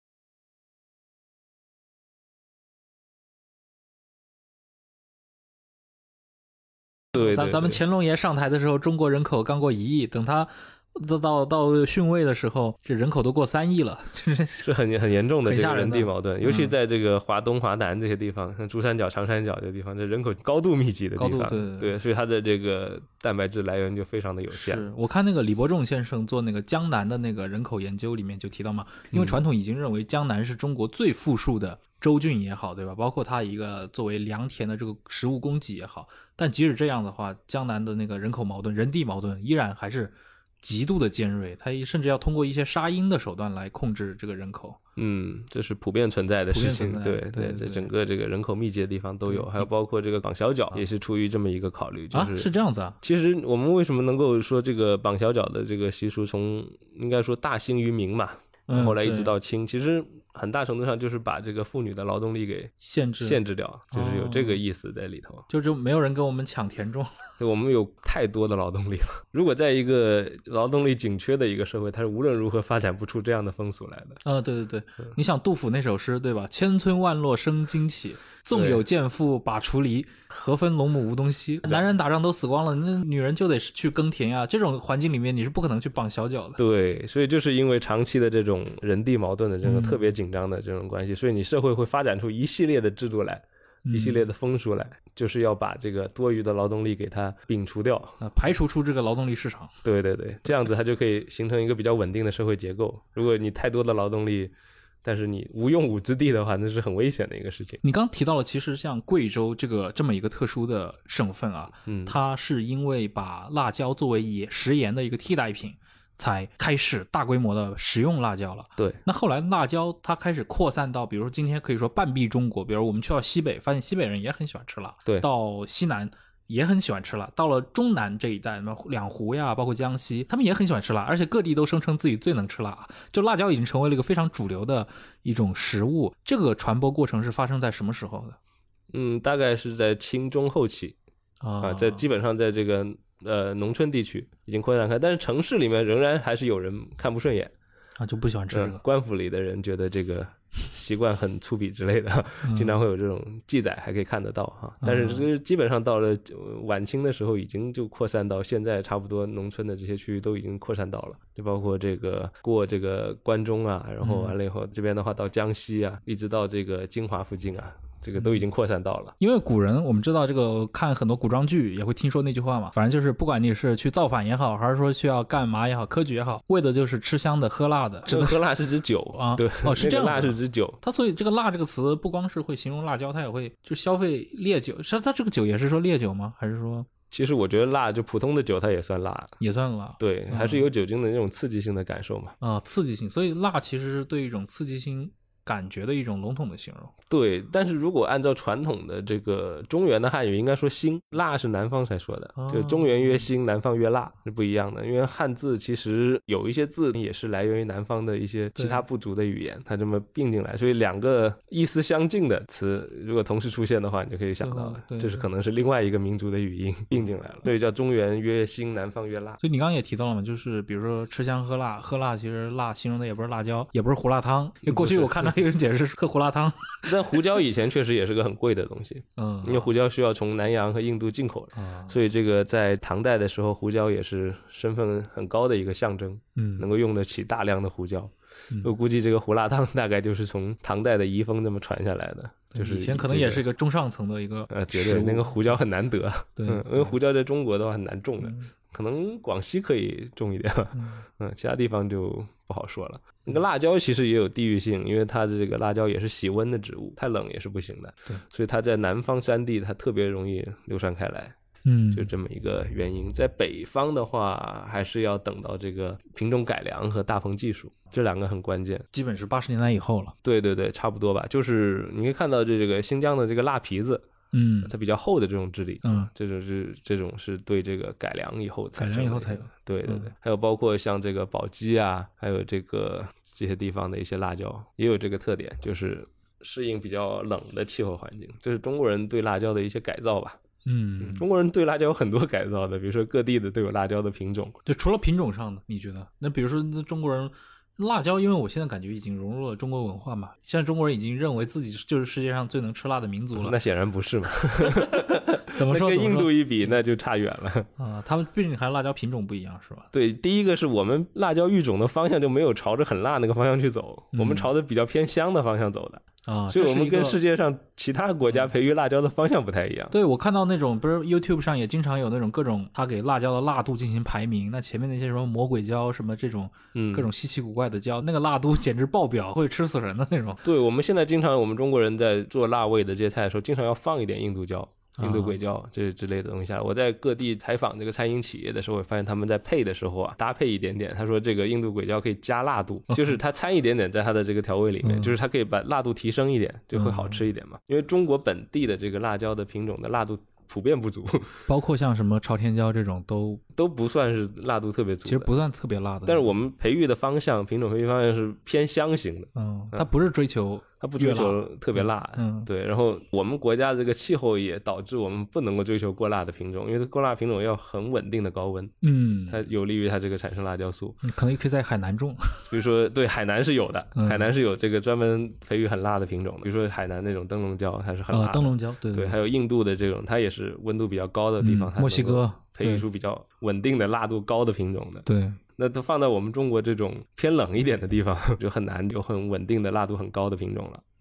对, 对, 对， 咱咱们乾隆爷上台的时候，中国人口刚过一亿，等他到到到逊位的时候，这人口都过三亿了， 是很很严重的这个人地矛盾， 嗯、 尤其在这个华东、华南这些地方，像珠三角、长三角这个地方，这人口高度密集的地方， 高度 对, 对，所以它的这个蛋白质来源就非常的有限。 是我看那个李伯仲先生做那个江南的那个人口研究里面就提到嘛，因为传统已经认为江南是中国最富庶的州郡也好，对吧？包括它一个作为良田的这个食物供给也好，但即使这样的话，江南的那个人口矛盾、人地矛盾依然还是极度的尖锐，它甚至要通过一些杀婴的手段来控制这个人口。 嗯，这是普遍存在的事情。对对, 对, 对，在整个这个人口密集的地方都有，还有包括这个绑小脚也是出于这么一个考虑。就是啊，是这样子啊。 其实我们为什么能够说这个绑小脚的这个习俗从应该说大兴于明嘛， 嗯、 后来一直到清，其实很大程度上就是把这个妇女的劳动力给限制限制掉，就是有这个意思在里头。 哦、就就没有人跟我们抢田种。 对，我们有太多的劳动力了。如果在一个劳动力紧缺的一个社会，它是无论如何发展不出这样的风俗来的。 呃，对对对，嗯、你想杜甫那首诗对吧？千村万落生荆起，纵有贱妇把锄犁，何分龙母无东西。男人打仗都死光了，那女人就得去耕田呀。这种环境里面，你是不可能去绑小脚的。 对，所以就是因为长期的这种人地矛盾的这种特别紧张的这种关系，嗯、所以你社会会发展出一系列的制度来。一系列的风俗来、嗯、就是要把这个多余的劳动力给它摒除掉、 呃、排除出这个劳动力市场。 对对对，这样子它就可以形成一个比较稳定的社会结构。如果你太多的劳动力但是你无用武之地的话，那是很危险的一个事情。 你刚提到了其实像贵州这个这么一个特殊的省份啊，嗯，它是因为把辣椒作为也食盐的一个替代品， 才开始大规模的使用辣椒了。 对， 那后来辣椒它开始扩散到，比如说今天可以说半壁中国，比如我们去到西北，发现西北人也很喜欢吃辣， 对， 到西南也很喜欢吃辣，到了中南这一带，什么两湖呀，包括江西，他们也很喜欢吃辣，而且各地都声称自己最能吃辣，就辣椒已经成为了一个非常主流的一种食物。这个传播过程是发生在什么时候的？ 嗯，大概是在清中后期啊、呃，在基本上在这个呃农村地区已经扩散开，但是城市里面仍然还是有人看不顺眼啊，就不喜欢吃这个。 呃、官府里的人觉得这个习惯很粗鄙之类的，经常会有这种记载，还可以看得到哈。但是这基本上到了晚清的时候，已经就扩散到现在，差不多农村的这些区域都已经扩散到了，就包括这个过这个关中啊，然后完了以后、嗯、这边的话到江西啊，一直到这个金华附近啊。这个都已经扩散到了， 因为古人我们知道这个看很多古装剧也会听说那句话嘛，反正就是不管你是去造反也好，还是说需要干嘛也好，科举也好，为的就是吃香的喝辣的。 这个喝辣是指酒啊， 对， 哦是这样、 那个、辣是指酒。 它所以这个辣这个词不光是会形容辣椒，它也会就消费烈酒。是它这个酒也是说烈酒吗？还是说？ 其实我觉得辣就普通的酒它也算辣， 也算辣， 对，还是有酒精的那种刺激性的感受嘛。 啊、嗯，刺激性，所以辣其实是对一种刺激性感觉的一种笼统的形容。 对，但是如果按照传统的这个中原的汉语，应该说辛，辣是南方才说的，哦、就中原曰辛，南方曰辣是不一样的。因为汉字其实有一些字也是来源于南方的一些其他部族的语言，它这么并进来，所以两个意思相近的词如果同时出现的话，你就可以想到这是可能是另外一个民族的语音并进来了，所以叫中原曰辛，南方曰辣。 所以你刚刚也提到了嘛，就是比如说吃香喝辣，喝辣其实辣形容的也不是辣椒，也不是胡辣汤，因为过去我看到有人解释是喝胡辣汤。 但胡椒以前确实也是个很贵的东西， 嗯， 因为胡椒需要从南洋和印度进口的，嗯、所以这个在唐代的时候，胡椒也是身份很高的一个象征，嗯，能够用得起大量的胡椒。嗯、我估计这个胡辣汤大概就是从唐代的遗风这么传下来的，就是以前可能也是一个中上层的一个呃，绝对那个胡椒很难得， 对、 嗯，因为胡椒在中国的话很难种的。嗯，可能广西可以种一点，嗯，其他地方就不好说了。那个辣椒其实也有地域性，因为它的这个辣椒也是喜温的植物，太冷也是不行的， 对， 所以它在南方山地它特别容易流传开来， 嗯， 就这么一个原因。在北方的话，还是要等到这个品种改良和大棚技术，这两个很关键， 基本是八十年代以后了。 对对对，差不多吧。就是你可以看到这个新疆的这个辣皮子。 嗯， 它比较厚的这种质地， 嗯， 这种是这种是对这个改良以后才改良以后才有， 对对对、嗯，还有包括像这个宝鸡啊，还有这个这些地方的一些辣椒也有这个特点，就是适应比较冷的气候环境，这是中国人对辣椒的一些改造吧。 嗯， 中国人对辣椒有很多改造的，比如说各地的都有辣椒的品种。 就除了品种上的，你觉得？那比如说中国人。辣椒，因为我现在感觉已经融入了中国文化嘛，现在中国人已经认为自己就是世界上最能吃辣的民族了。 那显然不是嘛。 怎么说？ 跟印度一比，那就差远了啊！他们毕竟还辣椒品种不一样，是吧？ 对，第一个是我们辣椒育种的方向就没有朝着很辣那个方向去走，嗯、我们朝着比较偏香的方向走的。 啊， 所以我们跟世界上其他国家培育辣椒的方向不太一样。 对，我看到那种不是 YouTube 上也经常有那种各种他给辣椒的辣度进行排名，那前面那些什么魔鬼椒什么这种各种稀奇古怪的椒、嗯、那个辣度简直爆表，会吃死人的那种。 对，我们现在经常我们中国人在做辣味的这些菜的时候，经常要放一点印度椒。印度鬼椒这之类的东西下，我在各地采访这个餐饮企业的时候，我发现他们在配的时候啊，搭配一点点。他说这个印度鬼椒可以加辣度，就是它掺一点点在它的这个调味里面，嗯、就是它可以把辣度提升一点，就会好吃一点嘛。嗯、因为中国本地的这个辣椒的品种的辣度普遍不足， 包括像什么朝天椒这种都都不算是辣度特别足的， 其实不算特别辣的。 但是我们培育的方向，品种培育方向是偏香型的， 嗯，它不是追求。 它不追求特别辣， 嗯， 对。然后我们国家这个气候也导致我们不能够追求过辣的品种，因为过辣品种要很稳定的高温， 嗯， 它有利于它这个产生辣椒素。 可能可以在海南种， 比如说对海南是有的， 嗯、 海南是有这个专门培育很辣的品种的，比如说海南那种灯笼椒，它是很辣的。 呃、灯笼椒，对对, 对， 还有印度的这种，它也是温度比较高的地方， 嗯、墨西哥培育出比较稳定的辣度高的品种的， 对。 那都放在我们中国这种偏冷一点的地方，就很难有很稳定的辣度很高的品种了。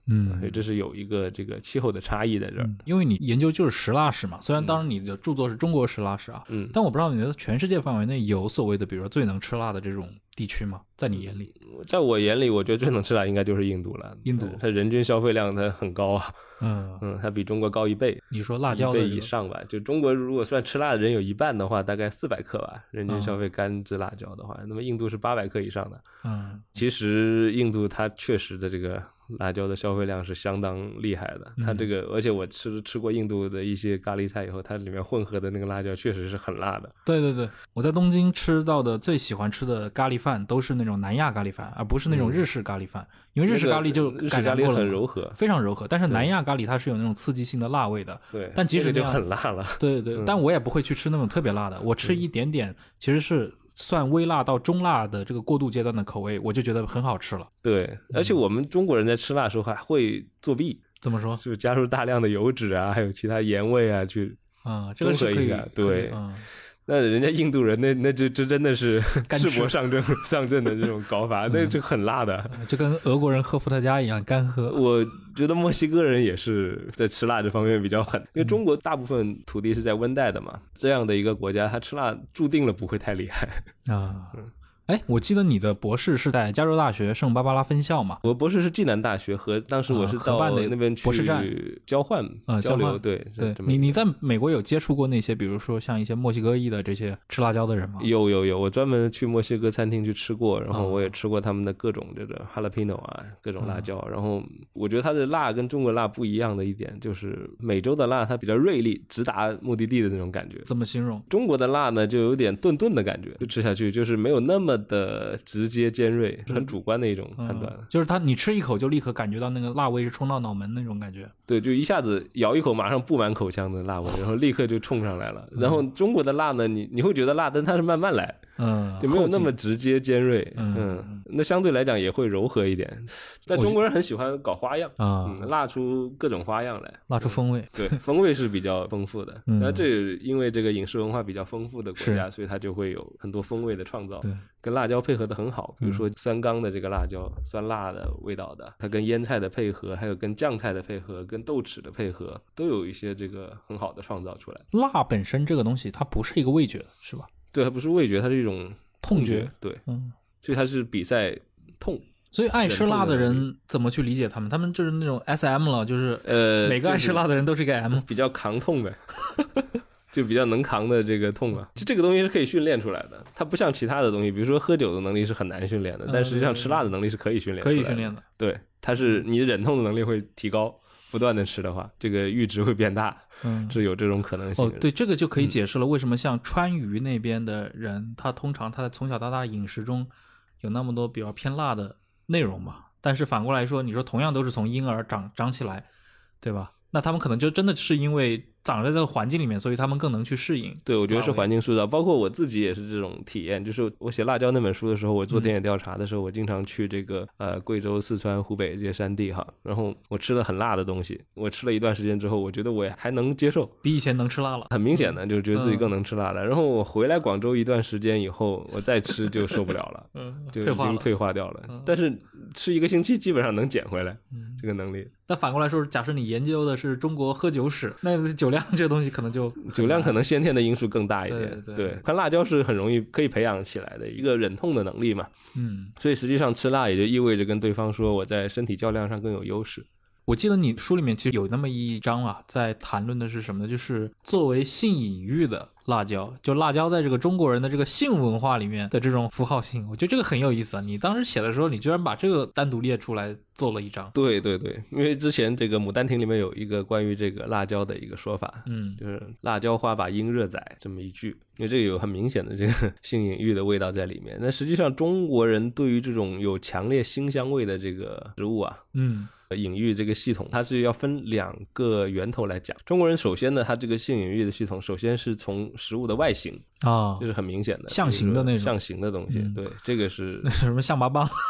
嗯， 所以这是有一个这个气候的差异在这儿、 嗯。因为你研究就是食蜡史嘛，虽然当然你的著作是中国食蜡史啊，嗯，但我不知道你的全世界范围内有所谓的比如说最能吃辣的这种地区吗？在你眼里？ 在我眼里，我觉得最能吃辣应该就是印度了。 印度它人均消费量它很高啊，嗯嗯，它比中国高一倍。 你说辣椒一倍以上吧？就中国如果算吃辣的人有一半的话，大概四百克吧，人均消费干支辣椒的话，嗯、那么印度是八百克以上的。嗯，其实印度它确实的这个辣椒的消费量是相当厉害的。它这个，而且我吃吃过印度的一些咖喱菜以后，它里面混合的那个辣椒确实是很辣的。 对对对，我在东京吃到的最喜欢吃的咖喱饭都是那种南亚咖喱饭，而不是那种日式咖喱饭，嗯、因为日式咖喱就改良过了， 日式咖喱很柔和， 非常柔和。但是南亚咖喱它是有那种刺激性的辣味的， 对， 但即使这个就很辣了。 对对对、嗯，但我也不会去吃那种特别辣的，我吃一点点，其实是算微辣到中辣的这个过渡阶段的口味，我就觉得很好吃了。 对，而且我们中国人在吃辣的时候还会作弊。 怎么说？ 就是加入大量的油脂啊，还有其他盐味啊，去啊，这个是可以。 对， 嗯， 那人家印度人那那这这真的是赤膊上阵上阵的这种搞法，那这很辣的， 就跟俄国人喝伏特加一样干喝。 我觉得墨西哥人也是在吃辣这方面比较狠，因为中国大部分土地是在温带的嘛，这样的一个国家，他吃辣注定了不会太厉害啊。嗯，哎，我记得你的博士是在加州大学圣巴巴拉分校嘛？ 我博士是暨南大学，和当时我是到那边去博士站交换、 嗯、 交流。 对对， 你你在美国有接触过那些，比如说像一些墨西哥裔的这些吃辣椒的人吗？ 有有有，我专门去墨西哥餐厅去吃过，然后我也吃过他们的各种这个 jalapeno 啊，各种辣椒。嗯、然后我觉得它的辣跟中国辣不一样的一点，就是美洲的辣它比较锐利，直达目的地的那种感觉。 怎么形容？ 中国的辣呢，就有点顿顿的感觉，就吃下去就是没有那么的直接尖锐，很主观的一种判断、 嗯、就是它你吃一口就立刻感觉到那个辣味是冲到脑门那种感觉。 对，就一下子咬一口马上布满口腔的辣味，然后立刻就冲上来了、嗯、然后中国的辣呢，你你会觉得辣，但它是慢慢来，嗯，就没有那么直接尖锐， 嗯, 嗯那相对来讲也会柔和一点。但中国人很喜欢搞花样啊、嗯，辣出各种花样来， 辣出风味， 对，风味是比较丰富的。那、嗯、这因为这个饮食文化比较丰富的国家，所以它就会有很多风味的创造，对，跟辣椒配合的很好，比如说酸缸的这个辣椒、嗯、酸辣的味道的，它跟腌菜的配合，还有跟酱菜的配合，跟豆豉的配合，都有一些这个很好的创造出来。 辣本身这个东西它不是一个味觉是吧？ 对，它不是味觉，它是一种痛觉， 对，嗯，所以它是比赛痛。 所以爱吃辣的人怎么去理解他们？他们就是那种 S M 了，就是呃，每个爱吃辣的人都是一个 M，、 就是、比较扛痛呗。就比较能扛的这个痛啊，就这个东西是可以训练出来的，它不像其他的东西，比如说喝酒的能力是很难训练的，但实际上吃辣的能力是可以训练出来的， 可以训练的。 对，它是你忍痛的能力会提高，不断的吃的话，这个阈值会变大，嗯，是有这种可能性。 哦，对，这个就可以解释了为什么像川渝那边的人，嗯、他通常他在从小到大的饮食中有那么多比较偏辣的内容嘛。但是反过来说，你说同样都是从婴儿长长起来，对吧？那他们可能就真的是因为长在这个环境里面，所以他们更能去适应。 对，我觉得是环境塑造，包括我自己也是这种体验。就是我写辣椒那本书的时候，我做田野调查的时候，嗯、我经常去这个呃贵州、四川、湖北这些山地哈，然后我吃了很辣的东西，我吃了一段时间之后，我觉得我也还能接受， 比以前能吃辣了， 很明显的就是觉得自己更能吃辣了。嗯、然后我回来广州一段时间以后，我再吃就受不了了，嗯，就已经退化掉了。嗯、但是吃一个星期基本上能减回来，嗯，这个能力。 但反过来说，假设你研究的是中国喝酒史，那酒量这个东西可能就酒量可能先天的因素更大一点。 对 对, 对，看辣椒是很容易可以培养起来的一个忍痛的能力嘛。嗯，所以实际上吃辣也就意味着跟对方说我在身体较量上更有优势。 我记得你书里面其实有那么一章啊，在谈论的是什么呢？就是作为性隐喻的辣椒，就辣椒在这个中国人的这个性文化里面的这种符号性，我觉得这个很有意思啊。你当时写的时候，你居然把这个单独列出来做了一章。 对对对，因为之前这个《牡丹亭》里面有一个关于这个辣椒的一个说法，嗯，就是辣椒花把阴热宰这么一句，因为这个有很明显的这个性隐喻的味道在里面。那实际上中国人对于这种有强烈腥香味的这个食物啊，嗯。隐喻这个系统它是要分两个源头来讲。中国人首先呢，它这个性隐喻的系统首先是从食物的外形啊，这是很明显的象形的那种象形的东西、嗯、对，这个是那是什么象拔蚌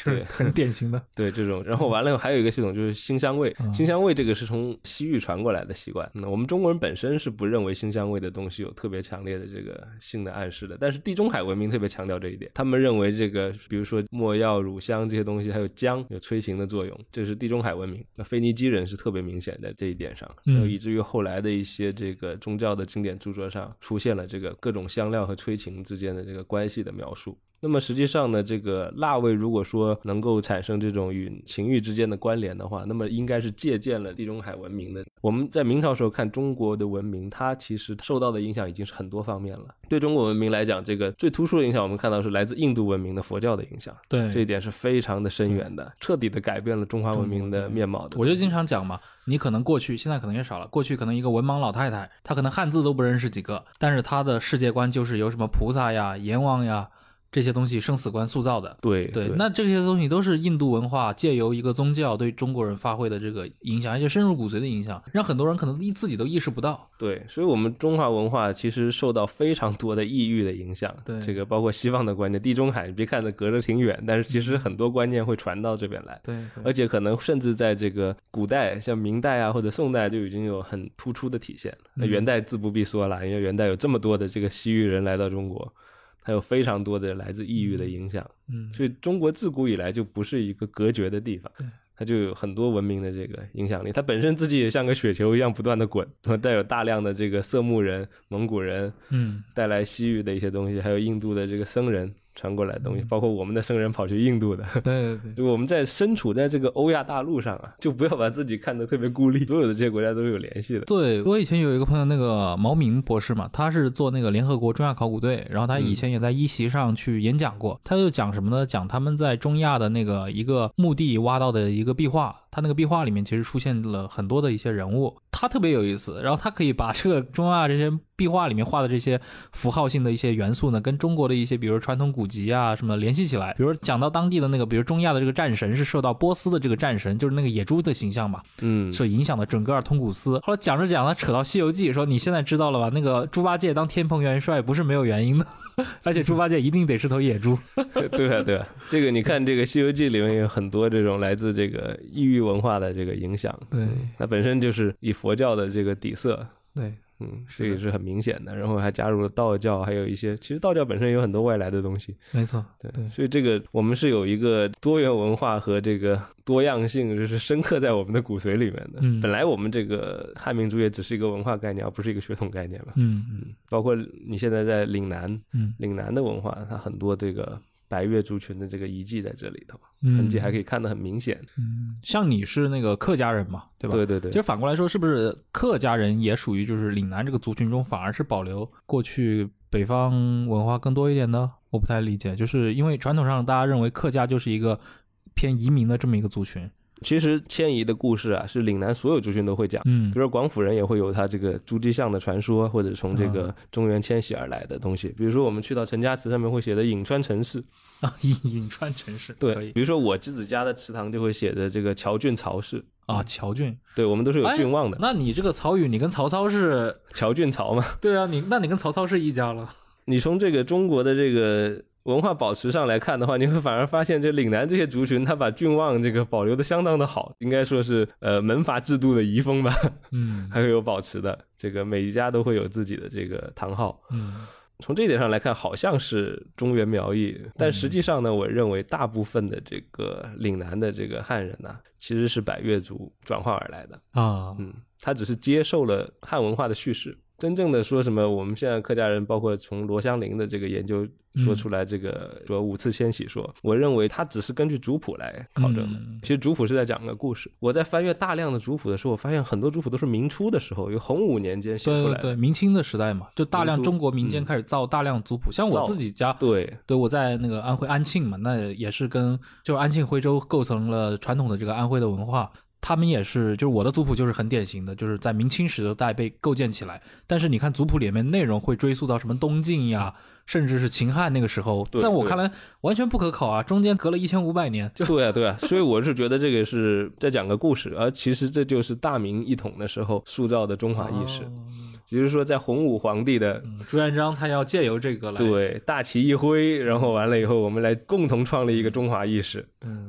是很典型的。 对这种，然后完了还有一个系统就是辛香味， 嗯、 辛香味这个是从西域传过来的习惯。那、嗯、我们中国人本身是不认为辛香味的东西有特别强烈的这个性的暗示的，但是地中海文明特别强调这一点，他们认为这个比如说没药、乳香这些东西，还有姜有催情的作用，这是地中海文明。那腓尼基人是特别明显的这一点上，然后以至于后来的一些这个宗教的经典著作上出现了这个各种香料和催情之间的这个关系的描述。那么实际上呢，这个辣味如果说能够产生这种与情欲之间的关联的话，那么应该是借鉴了地中海文明的。我们在明朝时候看中国的文明，它其实受到的影响已经是很多方面了。对中国文明来讲，这个最突出的影响我们看到是来自印度文明的佛教的影响， 对， 这一点是非常的深远的，彻底的改变了中华文明的面貌的。 我就经常讲嘛，你可能过去现在可能也少了，过去可能一个文盲老太太，她可能汉字都不认识几个，但是她的世界观就是由什么菩萨呀、阎王呀这些东西生死观塑造的。 对对, 对，那这些东西都是印度文化借由一个宗教对中国人发挥的这个影响，而且深入骨髓的影响，让很多人可能自己都意识不到。 对，所以我们中华文化其实受到非常多的异域的影响。 对， 这个包括西方的观念，地中海别看着隔着挺远，但是其实很多观念会传到这边来。 对， 而且可能甚至在这个古代，像明代啊或者宋代就已经有很突出的体现了。那元代自不必说了，因为元代有这么多的这个西域人来到中国，还有非常多的来自异域的影响。嗯，所以中国自古以来就不是一个隔绝的地方。对，它就有很多文明的这个影响力，它本身自己也像个雪球一样不断的滚，带有大量的这个色目人、蒙古人，嗯，带来西域的一些东西，还有印度的这个僧人传过来的东西，包括我们的僧人跑去印度的。 对对对， 我们在身处在这个欧亚大陆上啊，就不要把自己看得特别孤立，所有的这些国家都有联系的。 对，我以前有一个朋友，那个毛明博士嘛，他是做那个联合国中亚考古队，然后他以前也在一席上去演讲过。嗯、他就讲什么呢？讲他们在中亚的那个一个墓地挖到的一个壁画，他那个壁画里面其实出现了很多的一些人物，他特别有意思。然后他可以把这个中亚这些壁画里面画的这些符号性的一些元素呢，跟中国的一些比如传统古籍啊什么联系起来。比如讲到当地的那个，比如中亚的这个战神是受到波斯的这个战神，就是那个野猪的形象嘛，嗯，所影响的准噶尔通古斯。后来讲着讲他扯到西游记，说你现在知道了吧，那个猪八戒当天蓬元帅不是没有原因的，而且猪八戒一定得是头野猪。 对啊对啊，这个你看这个西游记里面有很多这种来自这个异域文化的这个影响。 对， 它本身就是以佛教的这个底色。 对， 嗯，这个是很明显的，然后还加入了道教，还有一些其实道教本身有很多外来的东西。 没错， 对，对，所以这个我们是有一个多元文化和这个多样性，就是深刻在我们的骨髓里面的。嗯，本来我们这个汉民族也只是一个文化概念，而不是一个血统概念嘛。嗯嗯，包括你现在在岭南，嗯，岭南的文化，它很多这个白越族群的这个遗迹在这里头，痕迹还可以看得很明显。 嗯，像你是那个客家人嘛，对吧？ 对对对。 其实反过来说，是不是客家人也属于就是岭南这个族群中反而是保留过去北方文化更多一点的？我不太理解，就是因为传统上大家认为客家就是一个偏移民的这么一个族群。 其实迁移的故事啊，是岭南所有族群都会讲。嗯，比如说广府人也会有他这个朱玑巷的传说，或者从这个中原迁徙而来的东西。嗯、比如说我们去到陈家祠上面会写的颍川陈氏啊，颍川陈氏对，比如说我自己家的祠堂就会写的这个乔郡曹氏啊，乔郡， 对，我们都是有郡望的。 那你这个曹禺，你跟曹操是乔郡曹嘛？ 对啊，你那你跟曹操是一家了。 你从这个中国的这个文化保持上来看的话，你会反而发现这岭南这些族群他把郡望这个保留的相当的好，应该说是呃门阀制度的遗风吧。嗯，还会有保持的，这个每一家都会有自己的这个堂号。嗯，从这一点上来看好像是中原苗裔，但实际上呢，我认为大部分的这个岭南的这个汉人呢、啊，其实是百越族转化而来的啊。嗯，他只是接受了汉文化的叙事。真正的说什么我们现在客家人包括从罗香林的这个研究说出来这个说五次迁徙说、嗯、我认为它只是根据族谱来考证的、嗯、其实族谱是在讲个故事。我在翻阅大量的族谱的时候，我发现很多族谱都是明初的时候有洪武年间写出来的。 对对，明清的时代嘛，就大量中国民间开始造大量族谱、嗯、像我自己家， 对对，我在那个安徽安庆嘛，那也是跟就是安庆徽州构成了传统的这个安徽的文化。他们也是，就是我的族谱就是很典型的，就是在明清时代被构建起来。但是你看族谱里面内容会追溯到什么东晋呀，甚至是秦汉那个时候，在我看来完全不可考啊，中间隔了一千五百年。就对啊，对啊，所以我是觉得这个是在讲个故事，而其实这就是大明一统的时候塑造的中华意识。哦，也就是说在洪武皇帝的、 嗯、朱元璋他要借由这个来对大旗一挥，然后完了以后我们来共同创立一个中华意识。嗯，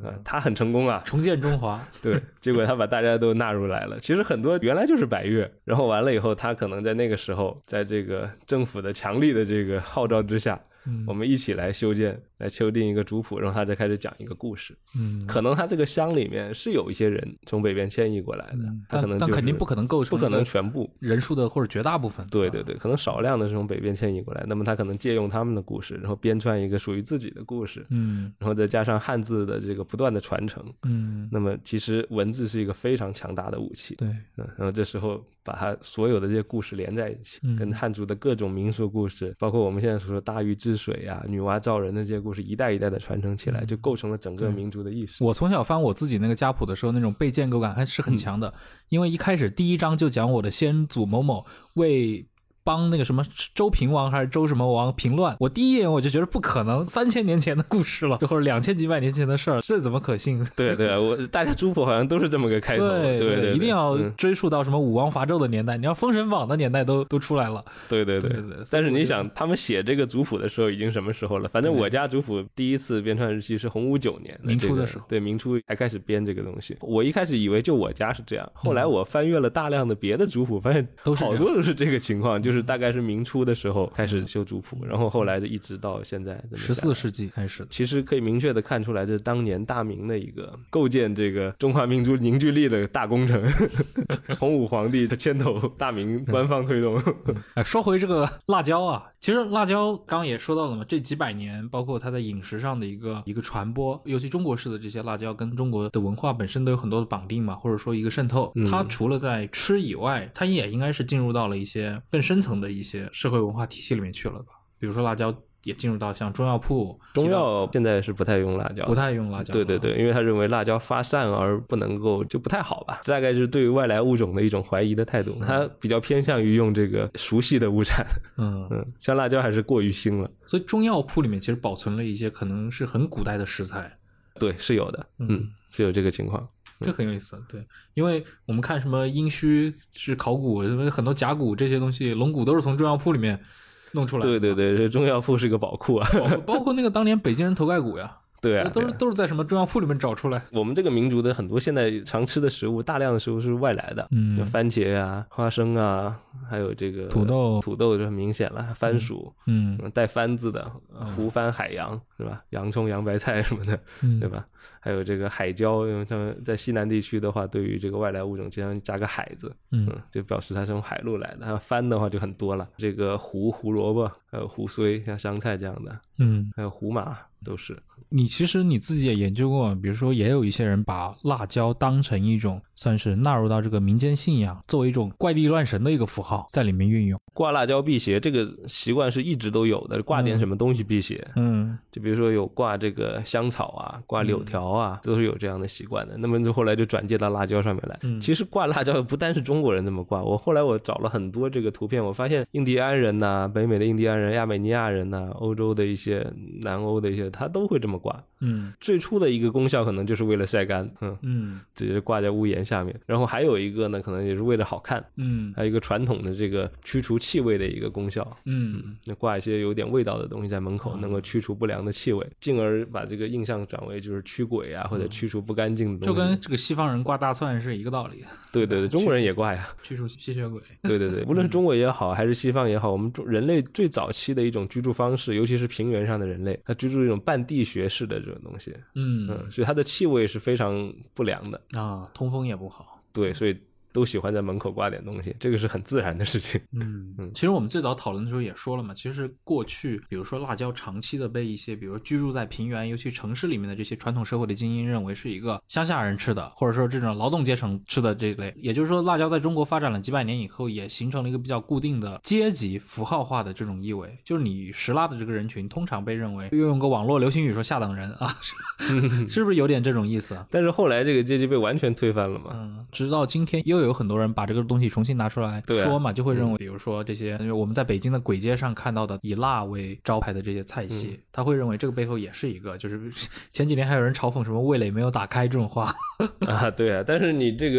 嗯，他很成功啊， 重建中华。 对，结果他把大家都纳入来了。其实很多原来就是百越，然后完了以后，他可能在那个时候，在这个政府的强力的这个号召之下，嗯，我们一起来修建，来修订一个族谱，然后他再开始讲一个故事。嗯，可能他这个乡里面是有一些人从北边迁移过来的，嗯、他可能、就是、 但肯定不可能构成， 不可能全部人数的或者绝大部分。 对对对，可能少量的是从北边迁移过来，那么他可能借用他们的故事，然后编撰一个属于自己的故事。嗯，然后再加上汉字的这个不断的传承。嗯，那么其实文字是一个非常强大的武器。 对， 嗯，然后这时候把它所有的这些故事连在一起，嗯、跟汉族的各种民俗故事，包括我们现在所说大禹治水啊、女娲造人的这些故事，一代一代的传承起来，就构成了整个民族的意识。 我从小翻我自己那个家谱的时候，那种被建构感还是很强的，嗯、因为一开始第一章就讲我的先祖某某为帮那个什么周平王还是周什么王平乱，我第一眼我就觉得不可能，三千年前的故事了，或者两千几百年前的事儿，这怎么可信？ 对对，我大家族谱好像都是这么个开头， 对对, 对, 对， 一定要追溯到什么武王伐纣的年代，嗯、你要封神榜的年代都都出来了。 对对 对, 对, 对, 对，但是你想，他们写这个族谱的时候已经什么时候了？反正我家族谱第一次编纂日期是洪武九年， 明初的时候， 对，明初还开始编这个东西。我一开始以为就我家是这样，后来我翻阅了大量的别的族谱，发现好多都是这个情况，就是大概是明初的时候开始修族谱，然后后来就一直到现在十四世纪开始。 其实可以明确的看出来，这是当年大明的一个构建这个中华民族凝聚力的大工程。洪武皇帝的牵头，大明官方推动。 哎，说回这个辣椒啊，其实辣椒刚刚也说到了嘛，这几百年包括它在饮食上的一个一个传播，尤其中国式的这些辣椒跟中国的文化本身都有很多的绑定嘛，或者说一个渗透。嗯、它除了在吃以外，它也应该是进入到了一些更深层的一些社会文化体系里面去了吧？比如说辣椒也进入到像中药铺， 中药现在是不太用辣椒， 不太用辣椒。 对对对，因为他认为辣椒发散而不能够，就不太好吧，大概是对于外来物种的一种怀疑的态度。他比较偏向于用这个熟悉的物产。嗯嗯，像辣椒还是过于腥了。 所以中药铺里面其实保存了一些可能是很古代的食材。 对，是有的。嗯，嗯是有这个情况。 这很有意思，对，因为我们看什么殷墟是考古，很多甲骨这些东西，龙骨都是从中药铺里面弄出来的。 对对对，这中药铺是个宝库啊， 包括包括那个当年北京人头盖骨呀。 对啊， 都是都是在什么中药铺里面找出来。 我们这个民族的很多现在常吃的食物，大量的食物是外来的，嗯，番茄啊、花生啊，还有这个土豆， 土豆就很明显了，番薯，嗯，带番字的胡番海洋是吧？洋葱、洋白菜什么的，嗯、对吧？还有这个海椒，因为像在西南地区的话，对于这个外来物种经常加个海字，嗯，嗯就表示它是从海路来的。还有番的话就很多了，这个胡胡萝卜，还有胡荽，像香菜这样的，嗯，还有胡麻都是。 你其实你自己也研究过，比如说也有一些人把辣椒当成一种算是纳入到这个民间信仰，作为一种怪力乱神的一个符号在里面运用。 挂辣椒辟邪这个习惯是一直都有的，挂点什么东西辟邪，嗯，就比如说有挂这个香草啊，挂柳条啊，嗯、都是有这样的习惯的。那么就后来就转接到辣椒上面来。嗯、其实挂辣椒不单是中国人这么挂，我后来我找了很多这个图片，我发现印第安人呐、啊、北美的印第安人、亚美尼亚人呐、啊、欧洲的一些南欧的一些，他都会这么挂。嗯，最初的一个功效可能就是为了晒干，嗯嗯，直接挂在屋檐下面。然后还有一个呢，可能也是为了好看，嗯，还有一个传统的这个驱除气味的一个功效，嗯，那挂一些有点味道的东西在门口，能够驱除不良的气味，进而把这个印象转为就是驱鬼啊，或者驱除不干净的东西。 就跟这个西方人挂大蒜是一个道理。 对对对，中国人也挂呀， 驱除吸血鬼。 对对对，无论是中国也好，还是西方也好，我们人类最早期的一种居住方式，尤其是平原上的人类，他居住一种半地穴式的这种东西，嗯嗯，所以它的气味是非常不良的啊，通风也不好。 对，所以都喜欢在门口挂点东西，这个是很自然的事情。 嗯嗯，其实我们最早讨论的时候也说了嘛，其实过去比如说辣椒长期的被一些比如居住在平原尤其城市里面的这些传统社会的精英认为是一个乡下人吃的，或者说这种劳动阶层吃的这类，也就是说辣椒在中国发展了几百年以后也形成了一个比较固定的阶级符号化的这种意味，就是你食辣的这个人群通常被认为用个网络流行语说下等人啊，是不是有点这种意思？ 但是后来这个阶级被完全推翻了嘛， 嗯，直到今天又有很多人把这个东西重新拿出来说嘛，就会认为比如说这些我们在北京的簋街上看到的以辣为招牌的这些菜系、嗯、他会认为这个背后也是一个，就是前几年还有人嘲讽什么味蕾没有打开这种话啊，对啊，但是你这个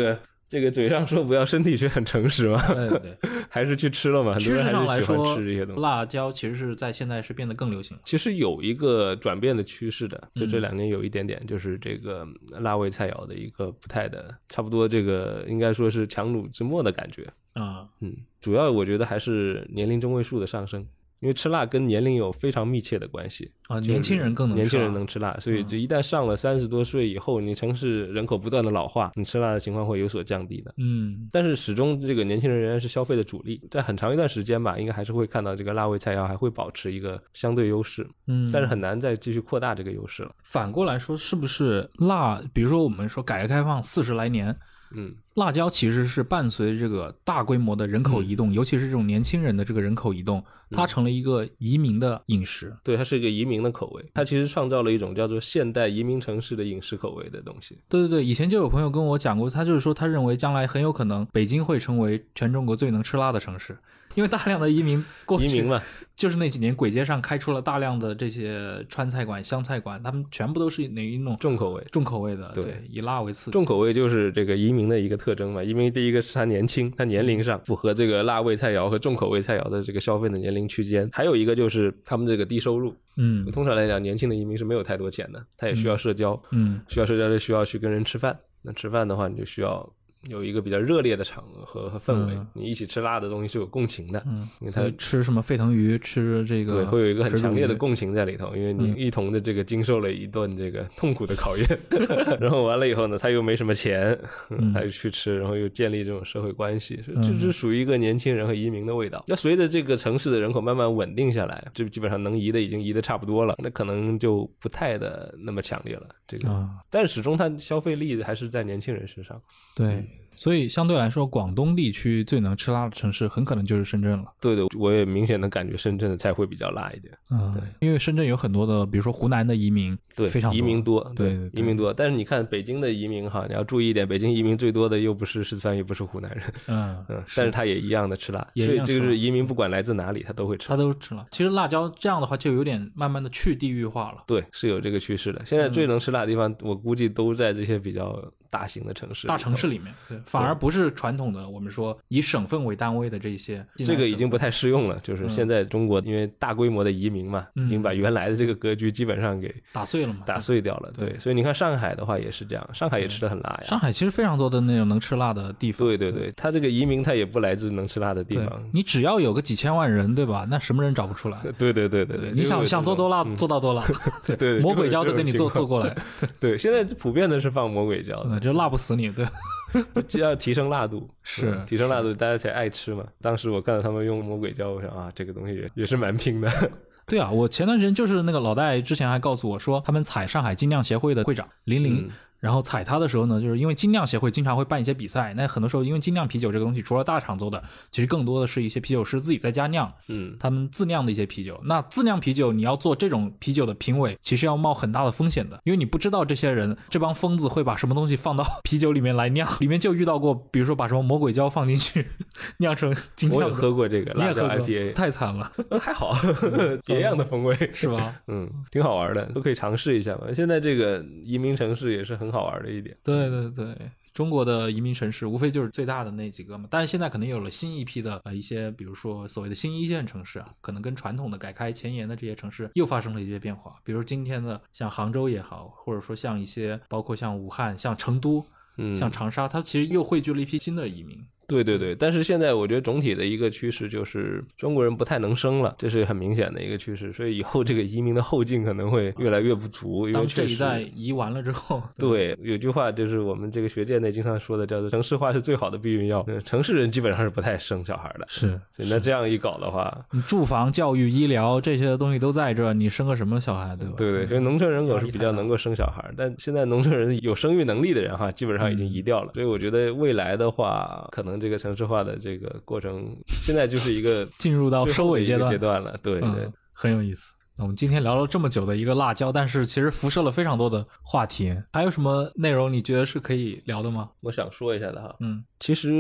这个嘴上说不要，身体却很诚实嘛。 对对对， 还是去吃了嘛。很多人还是喜欢吃这些东西。 辣椒其实是在现在是变得更流行了。 其实有一个转变的趋势的，就这两年有一点点，就是这个辣味菜肴的一个不太的，差不多这个应该说是强弩之末的感觉啊。 嗯，主要我觉得还是年龄中位数的上升。因为吃辣跟年龄有非常密切的关系啊，年轻人更能吃辣， 年轻人能吃辣，所以就一旦上了三十多岁以后，你城市人口不断的老化，你吃辣的情况会有所降低的。 嗯， 但是始终这个年轻人仍然是消费的主力，在很长一段时间吧，应该还是会看到这个辣味菜肴还会保持一个相对优势。 嗯， 但是很难再继续扩大这个优势了。 反过来说，是不是辣？比如说我们说改革开放四十来年。 嗯， 辣椒其实是伴随这个大规模的人口移动、嗯、尤其是这种年轻人的这个人口移动，它成了一个移民的饮食、嗯、 对，它是一个移民的口味，它其实创造了一种叫做现代移民城市的饮食口味的东西。 对对对，以前就有朋友跟我讲过，他就是说他认为将来很有可能北京会成为全中国最能吃辣的城市，因为大量的移民过去移民嘛， 就是那几年簋街上开出了大量的这些川菜馆湘菜馆，他们全部都是哪一种重口味重口味的， 对, 对， 以辣为刺激。 重口味就是这个移民的一个特征嘛，因为第一个是他年轻，他年龄上符合这个辣味菜肴和重口味菜肴的这个消费的年龄区间，还有一个就是他们这个低收入。 嗯， 通常来讲年轻的移民是没有太多钱的，他也需要社交， 嗯， 需要社交就需要去跟人吃饭，那吃饭的话你就需要有一个比较热烈的场合和氛围、嗯、你一起吃辣的东西是有共情的。 嗯， 因为它吃什么沸腾鱼，吃这个对，会有一个很强烈的共情在里头，因为你一同的这个经受了一顿这个痛苦的考验、嗯、然后完了以后呢他又没什么钱、嗯、他就去吃，然后又建立这种社会关系，这是属于一个年轻人和移民的味道。那随着这个城市的人口慢慢稳定下来，这基本上能移的已经移的差不多了，那可能就不太的那么强烈了这个、啊、但是始终它消费力还是在年轻人身上。 对、嗯，所以相对来说广东地区最能吃辣的城市很可能就是深圳了。 对的，我也明显的感觉深圳的菜会比较辣一点。 嗯，对，因为深圳有很多的比如说湖南的移民， 对， 非常多移民多， 对, 对, 对, 对移民多。但是你看北京的移民哈，你要注意一点，北京移民最多的又不是四川也不是湖南人。 嗯嗯，但是他也一样的吃辣， 也所以这个是移民不管来自哪里他都会吃， 他都吃辣。其实辣椒这样的话就有点慢慢的去地域化了。 对，是有这个趋势的。现在最能吃辣的地方、嗯、我估计都在这些比较大型的城市， 大城市里面，对，反而不是传统的我们说以省份为单位的这些， 这个已经不太适用了。就是现在中国因为大规模的移民嘛、嗯、已经把原来的这个格局基本上给打碎了嘛， 打碎掉了。 对, 对，所以你看上海的话也是这样，上海也吃得很辣呀。 上海其实非常多的那种能吃辣的地方。 对对对，他这个移民他也不来自能吃辣的地方， 你只要有个几千万人，对吧？那什么人找不出来？ 对对对对对， 你想想做多辣、嗯、做到多辣，对对，魔鬼椒都给你做做过来。 对，现在普遍的是放魔鬼椒的， 嗯、就辣不死你。对， 要提升辣度， 是、 嗯、提升辣度，大家才爱吃嘛。当时我看到他们用魔鬼椒，我想啊，这个东西 也, 也是蛮拼的。 对啊，我前段时间就是那个老戴之前还告诉我说，他们采上海精酿协会的会长林林。嗯，然后采它的时候呢，就是因为精酿协会经常会办一些比赛，那很多时候因为精酿啤酒这个东西除了大厂做的，其实更多的是一些啤酒师自己在家酿，嗯，他们自酿的一些啤酒。那自酿啤酒你要做这种啤酒的评委，其实要冒很大的风险的，因为你不知道这些人这帮疯子会把什么东西放到啤酒里面来酿，里面就遇到过比如说把什么魔鬼椒放进去酿成精酿。 我也喝过这个辣椒 I P A， 太惨了。 还好别样的风味是吧？ 嗯，挺好玩的，都可以尝试一下嘛。现在这个移民城市也是很好玩的一点。 对对对，中国的移民城市无非就是最大的那几个嘛，但是现在可能有了新一批的呃一些，比如说所谓的新一线城市啊，可能跟传统的改开前沿的这些城市又发生了一些变化。比如今天的像杭州也好，或者说像一些包括像武汉、像成都、嗯、像长沙，它其实又汇聚了一批新的移民。 对对对，但是现在我觉得总体的一个趋势就是中国人不太能生了，这是很明显的一个趋势，所以以后这个移民的后劲可能会越来越不足。因为当这一代移完了之后， 对，对，有句话就是我们这个学界内经常说的，叫做城市化是最好的避孕药。城市人基本上是不太生小孩的， 是， 所以那这样一搞的话， 你住房、教育、医疗这些东西都在这，你生个什么小孩，对吧？ 对对，所以农村人口是比较能够生小孩，但现在农村人有生育能力的人哈，基本上已经移掉了，嗯，所以我觉得未来的话，可能这个城市化的这个过程现在就是一个进入到收尾阶段阶段了。对对， 嗯，很有意思。我们今天聊了这么久的一个辣椒，但是其实辐射了非常多的话题，还有什么内容你觉得是可以聊的吗？ 我想说一下的哈， 嗯， 其实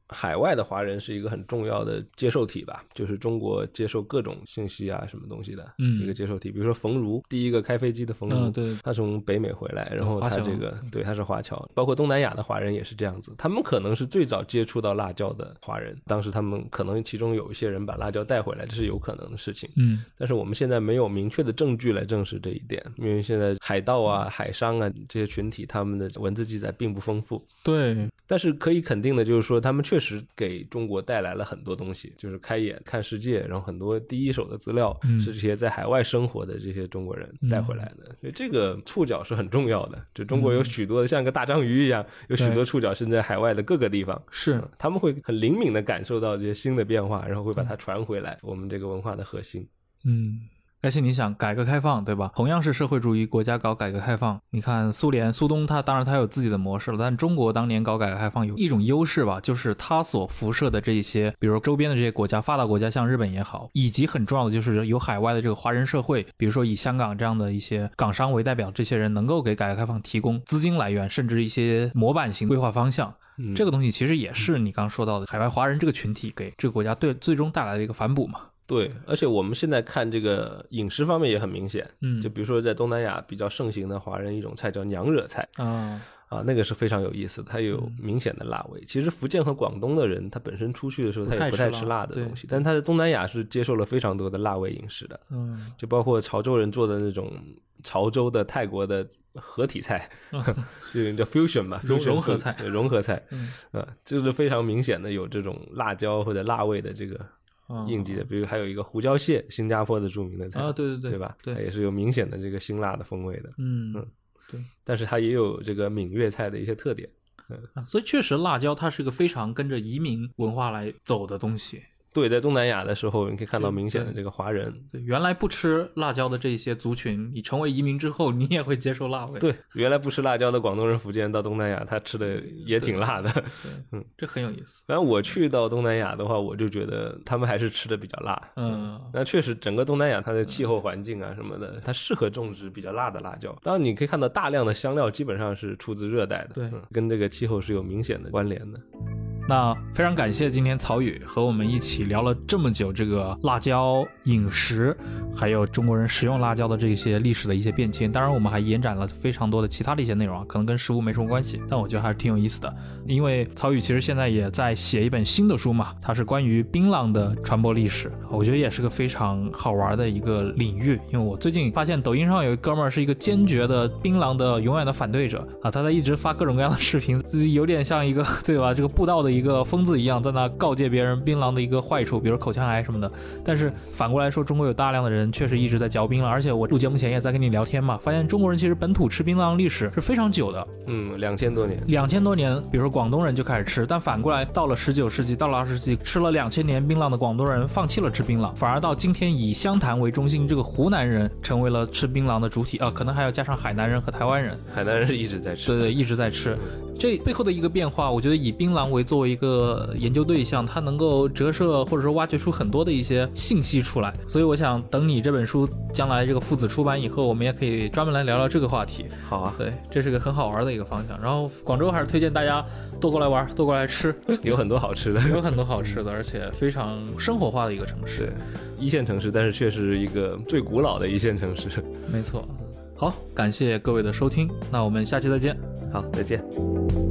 海外的华人是一个很重要的接受体吧，就是中国接受各种信息啊什么东西的一个接受体。嗯、比如说冯如，第一个开飞机的冯如， 嗯、对， 他从北美回来，然后他这个对他是华侨，包括东南亚的华人也是这样子，他们可能是最早接触到辣椒的华人，当时他们可能其中有一些人把辣椒带回来，这是有可能的事情。 嗯， 但是我们现在没有明确的证据来证实这一点，因为现在海盗啊、海商啊这些群体他们的文字记载并不丰富。 对， 但是可以肯定的就是说，他们确实给中国带来了很多东西，就是开眼看世界，然后很多第一手的资料是这些在海外生活的这些中国人带回来的，嗯、所以这个触角是很重要的。就中国有许多的像个大章鱼一样，有许多触角是在海外的各个地方， 是、 嗯、他们会很灵敏的感受到这些新的变化，然后会把它传回来，我们这个文化的核心。 嗯。而且你想改革开放对吧，同样是社会主义国家搞改革开放，你看苏联苏东他当然他有自己的模式了，但中国当年搞改革开放有一种优势吧，就是他所辐射的这一些比如周边的这些国家，发达国家像日本也好，以及很重要的就是有海外的这个华人社会，比如说以香港这样的一些港商为代表，这些人能够给改革开放提供资金来源，甚至一些模板型规划方向。嗯、这个东西其实也是你刚刚说到的海外华人这个群体给这个国家对最终带来的一个反哺嘛。 对，而且我们现在看这个饮食方面也很明显，嗯，就比如说在东南亚比较盛行的华人一种菜叫娘惹菜啊啊，那个是非常有意思的，它有明显的辣味。嗯、其实福建和广东的人他本身出去的时候他也不太吃辣的东西，但他在东南亚是接受了非常多的辣味饮食的，嗯，就包括潮州人做的那种潮州的泰国的合体菜，嗯、就叫 fusion 嘛， 融融合菜， 融合菜，嗯，啊，就是非常明显的有这种辣椒或者辣味的这个。应激的，比如还有一个胡椒蟹，新加坡的著名的菜啊， 对对对， 对吧？ 对， 它也是有明显的这个辛辣的风味的， 嗯嗯，对。 但是它也有这个闽粤菜的一些特点， 嗯啊，所以确实辣椒它是一个非常跟着移民文化来走的东西。 对，在东南亚的时候，你可以看到明显的这个华人， 对，原来不吃辣椒的这些族群，你成为移民之后，你也会接受辣味。 对，原来不吃辣椒的广东人、福建到东南亚，他吃的也挺辣的。 对，对嗯，这很有意思。 反正我去到东南亚的话，我就觉得他们还是吃的比较辣。嗯，那确实，整个东南亚它的气候环境啊什么的，它适合种植比较辣的辣椒。当然，你可以看到大量的香料基本上是出自热带的， 对， 嗯，跟这个气候是有明显的关联的。 那非常感谢今天曹宇和我们一起聊了这么久这个辣椒饮食，还有中国人食用辣椒的这些历史的一些变迁。当然我们还延展了非常多的其他的一些内容啊，可能跟食物没什么关系，但我觉得还是挺有意思的。因为曹宇其实现在也在写一本新的书嘛，它是关于槟榔的传播历史，我觉得也是个非常好玩的一个领域。因为我最近发现抖音上有一哥们儿是一个坚决的槟榔的永远的反对者啊，他在一直发各种各样的视频，有点像一个对吧这个布道的一个疯子一样，在那告诫别人槟榔的一个坏处，比如口腔癌什么的。但是反过来说，中国有大量的人确实一直在嚼槟榔，而且我录节目前也在跟你聊天嘛，发现中国人其实本土吃槟榔历史是非常久的， 嗯，两千多年， 两千多年，比如说广东人就开始吃，但反过来到了十九世纪，到了二十世纪，吃了两千年槟榔的广东人放弃了吃槟榔，反而到今天以湘潭为中心，这个湖南人成为了吃槟榔的主体啊，可能还要加上海南人和台湾人， 海南人是一直在吃， 对对，一直在吃。这背后的一个变化，我觉得以槟榔为作为一个研究对象，它能够折射或者说挖掘出很多的一些信息出来。所以我想等你这本书将来这个父子出版以后，我们也可以专门来聊聊这个话题。 好啊， 对，这是个很好玩的一个方向。然后广州还是推荐大家多过来玩，多过来吃， 有很多好吃的， 有很多好吃的，而且非常生活化的一个城市， 一线城市，但是却是一个最古老的一线城市。 没错。好，感谢各位的收听，那我们下期再见。 好，再见。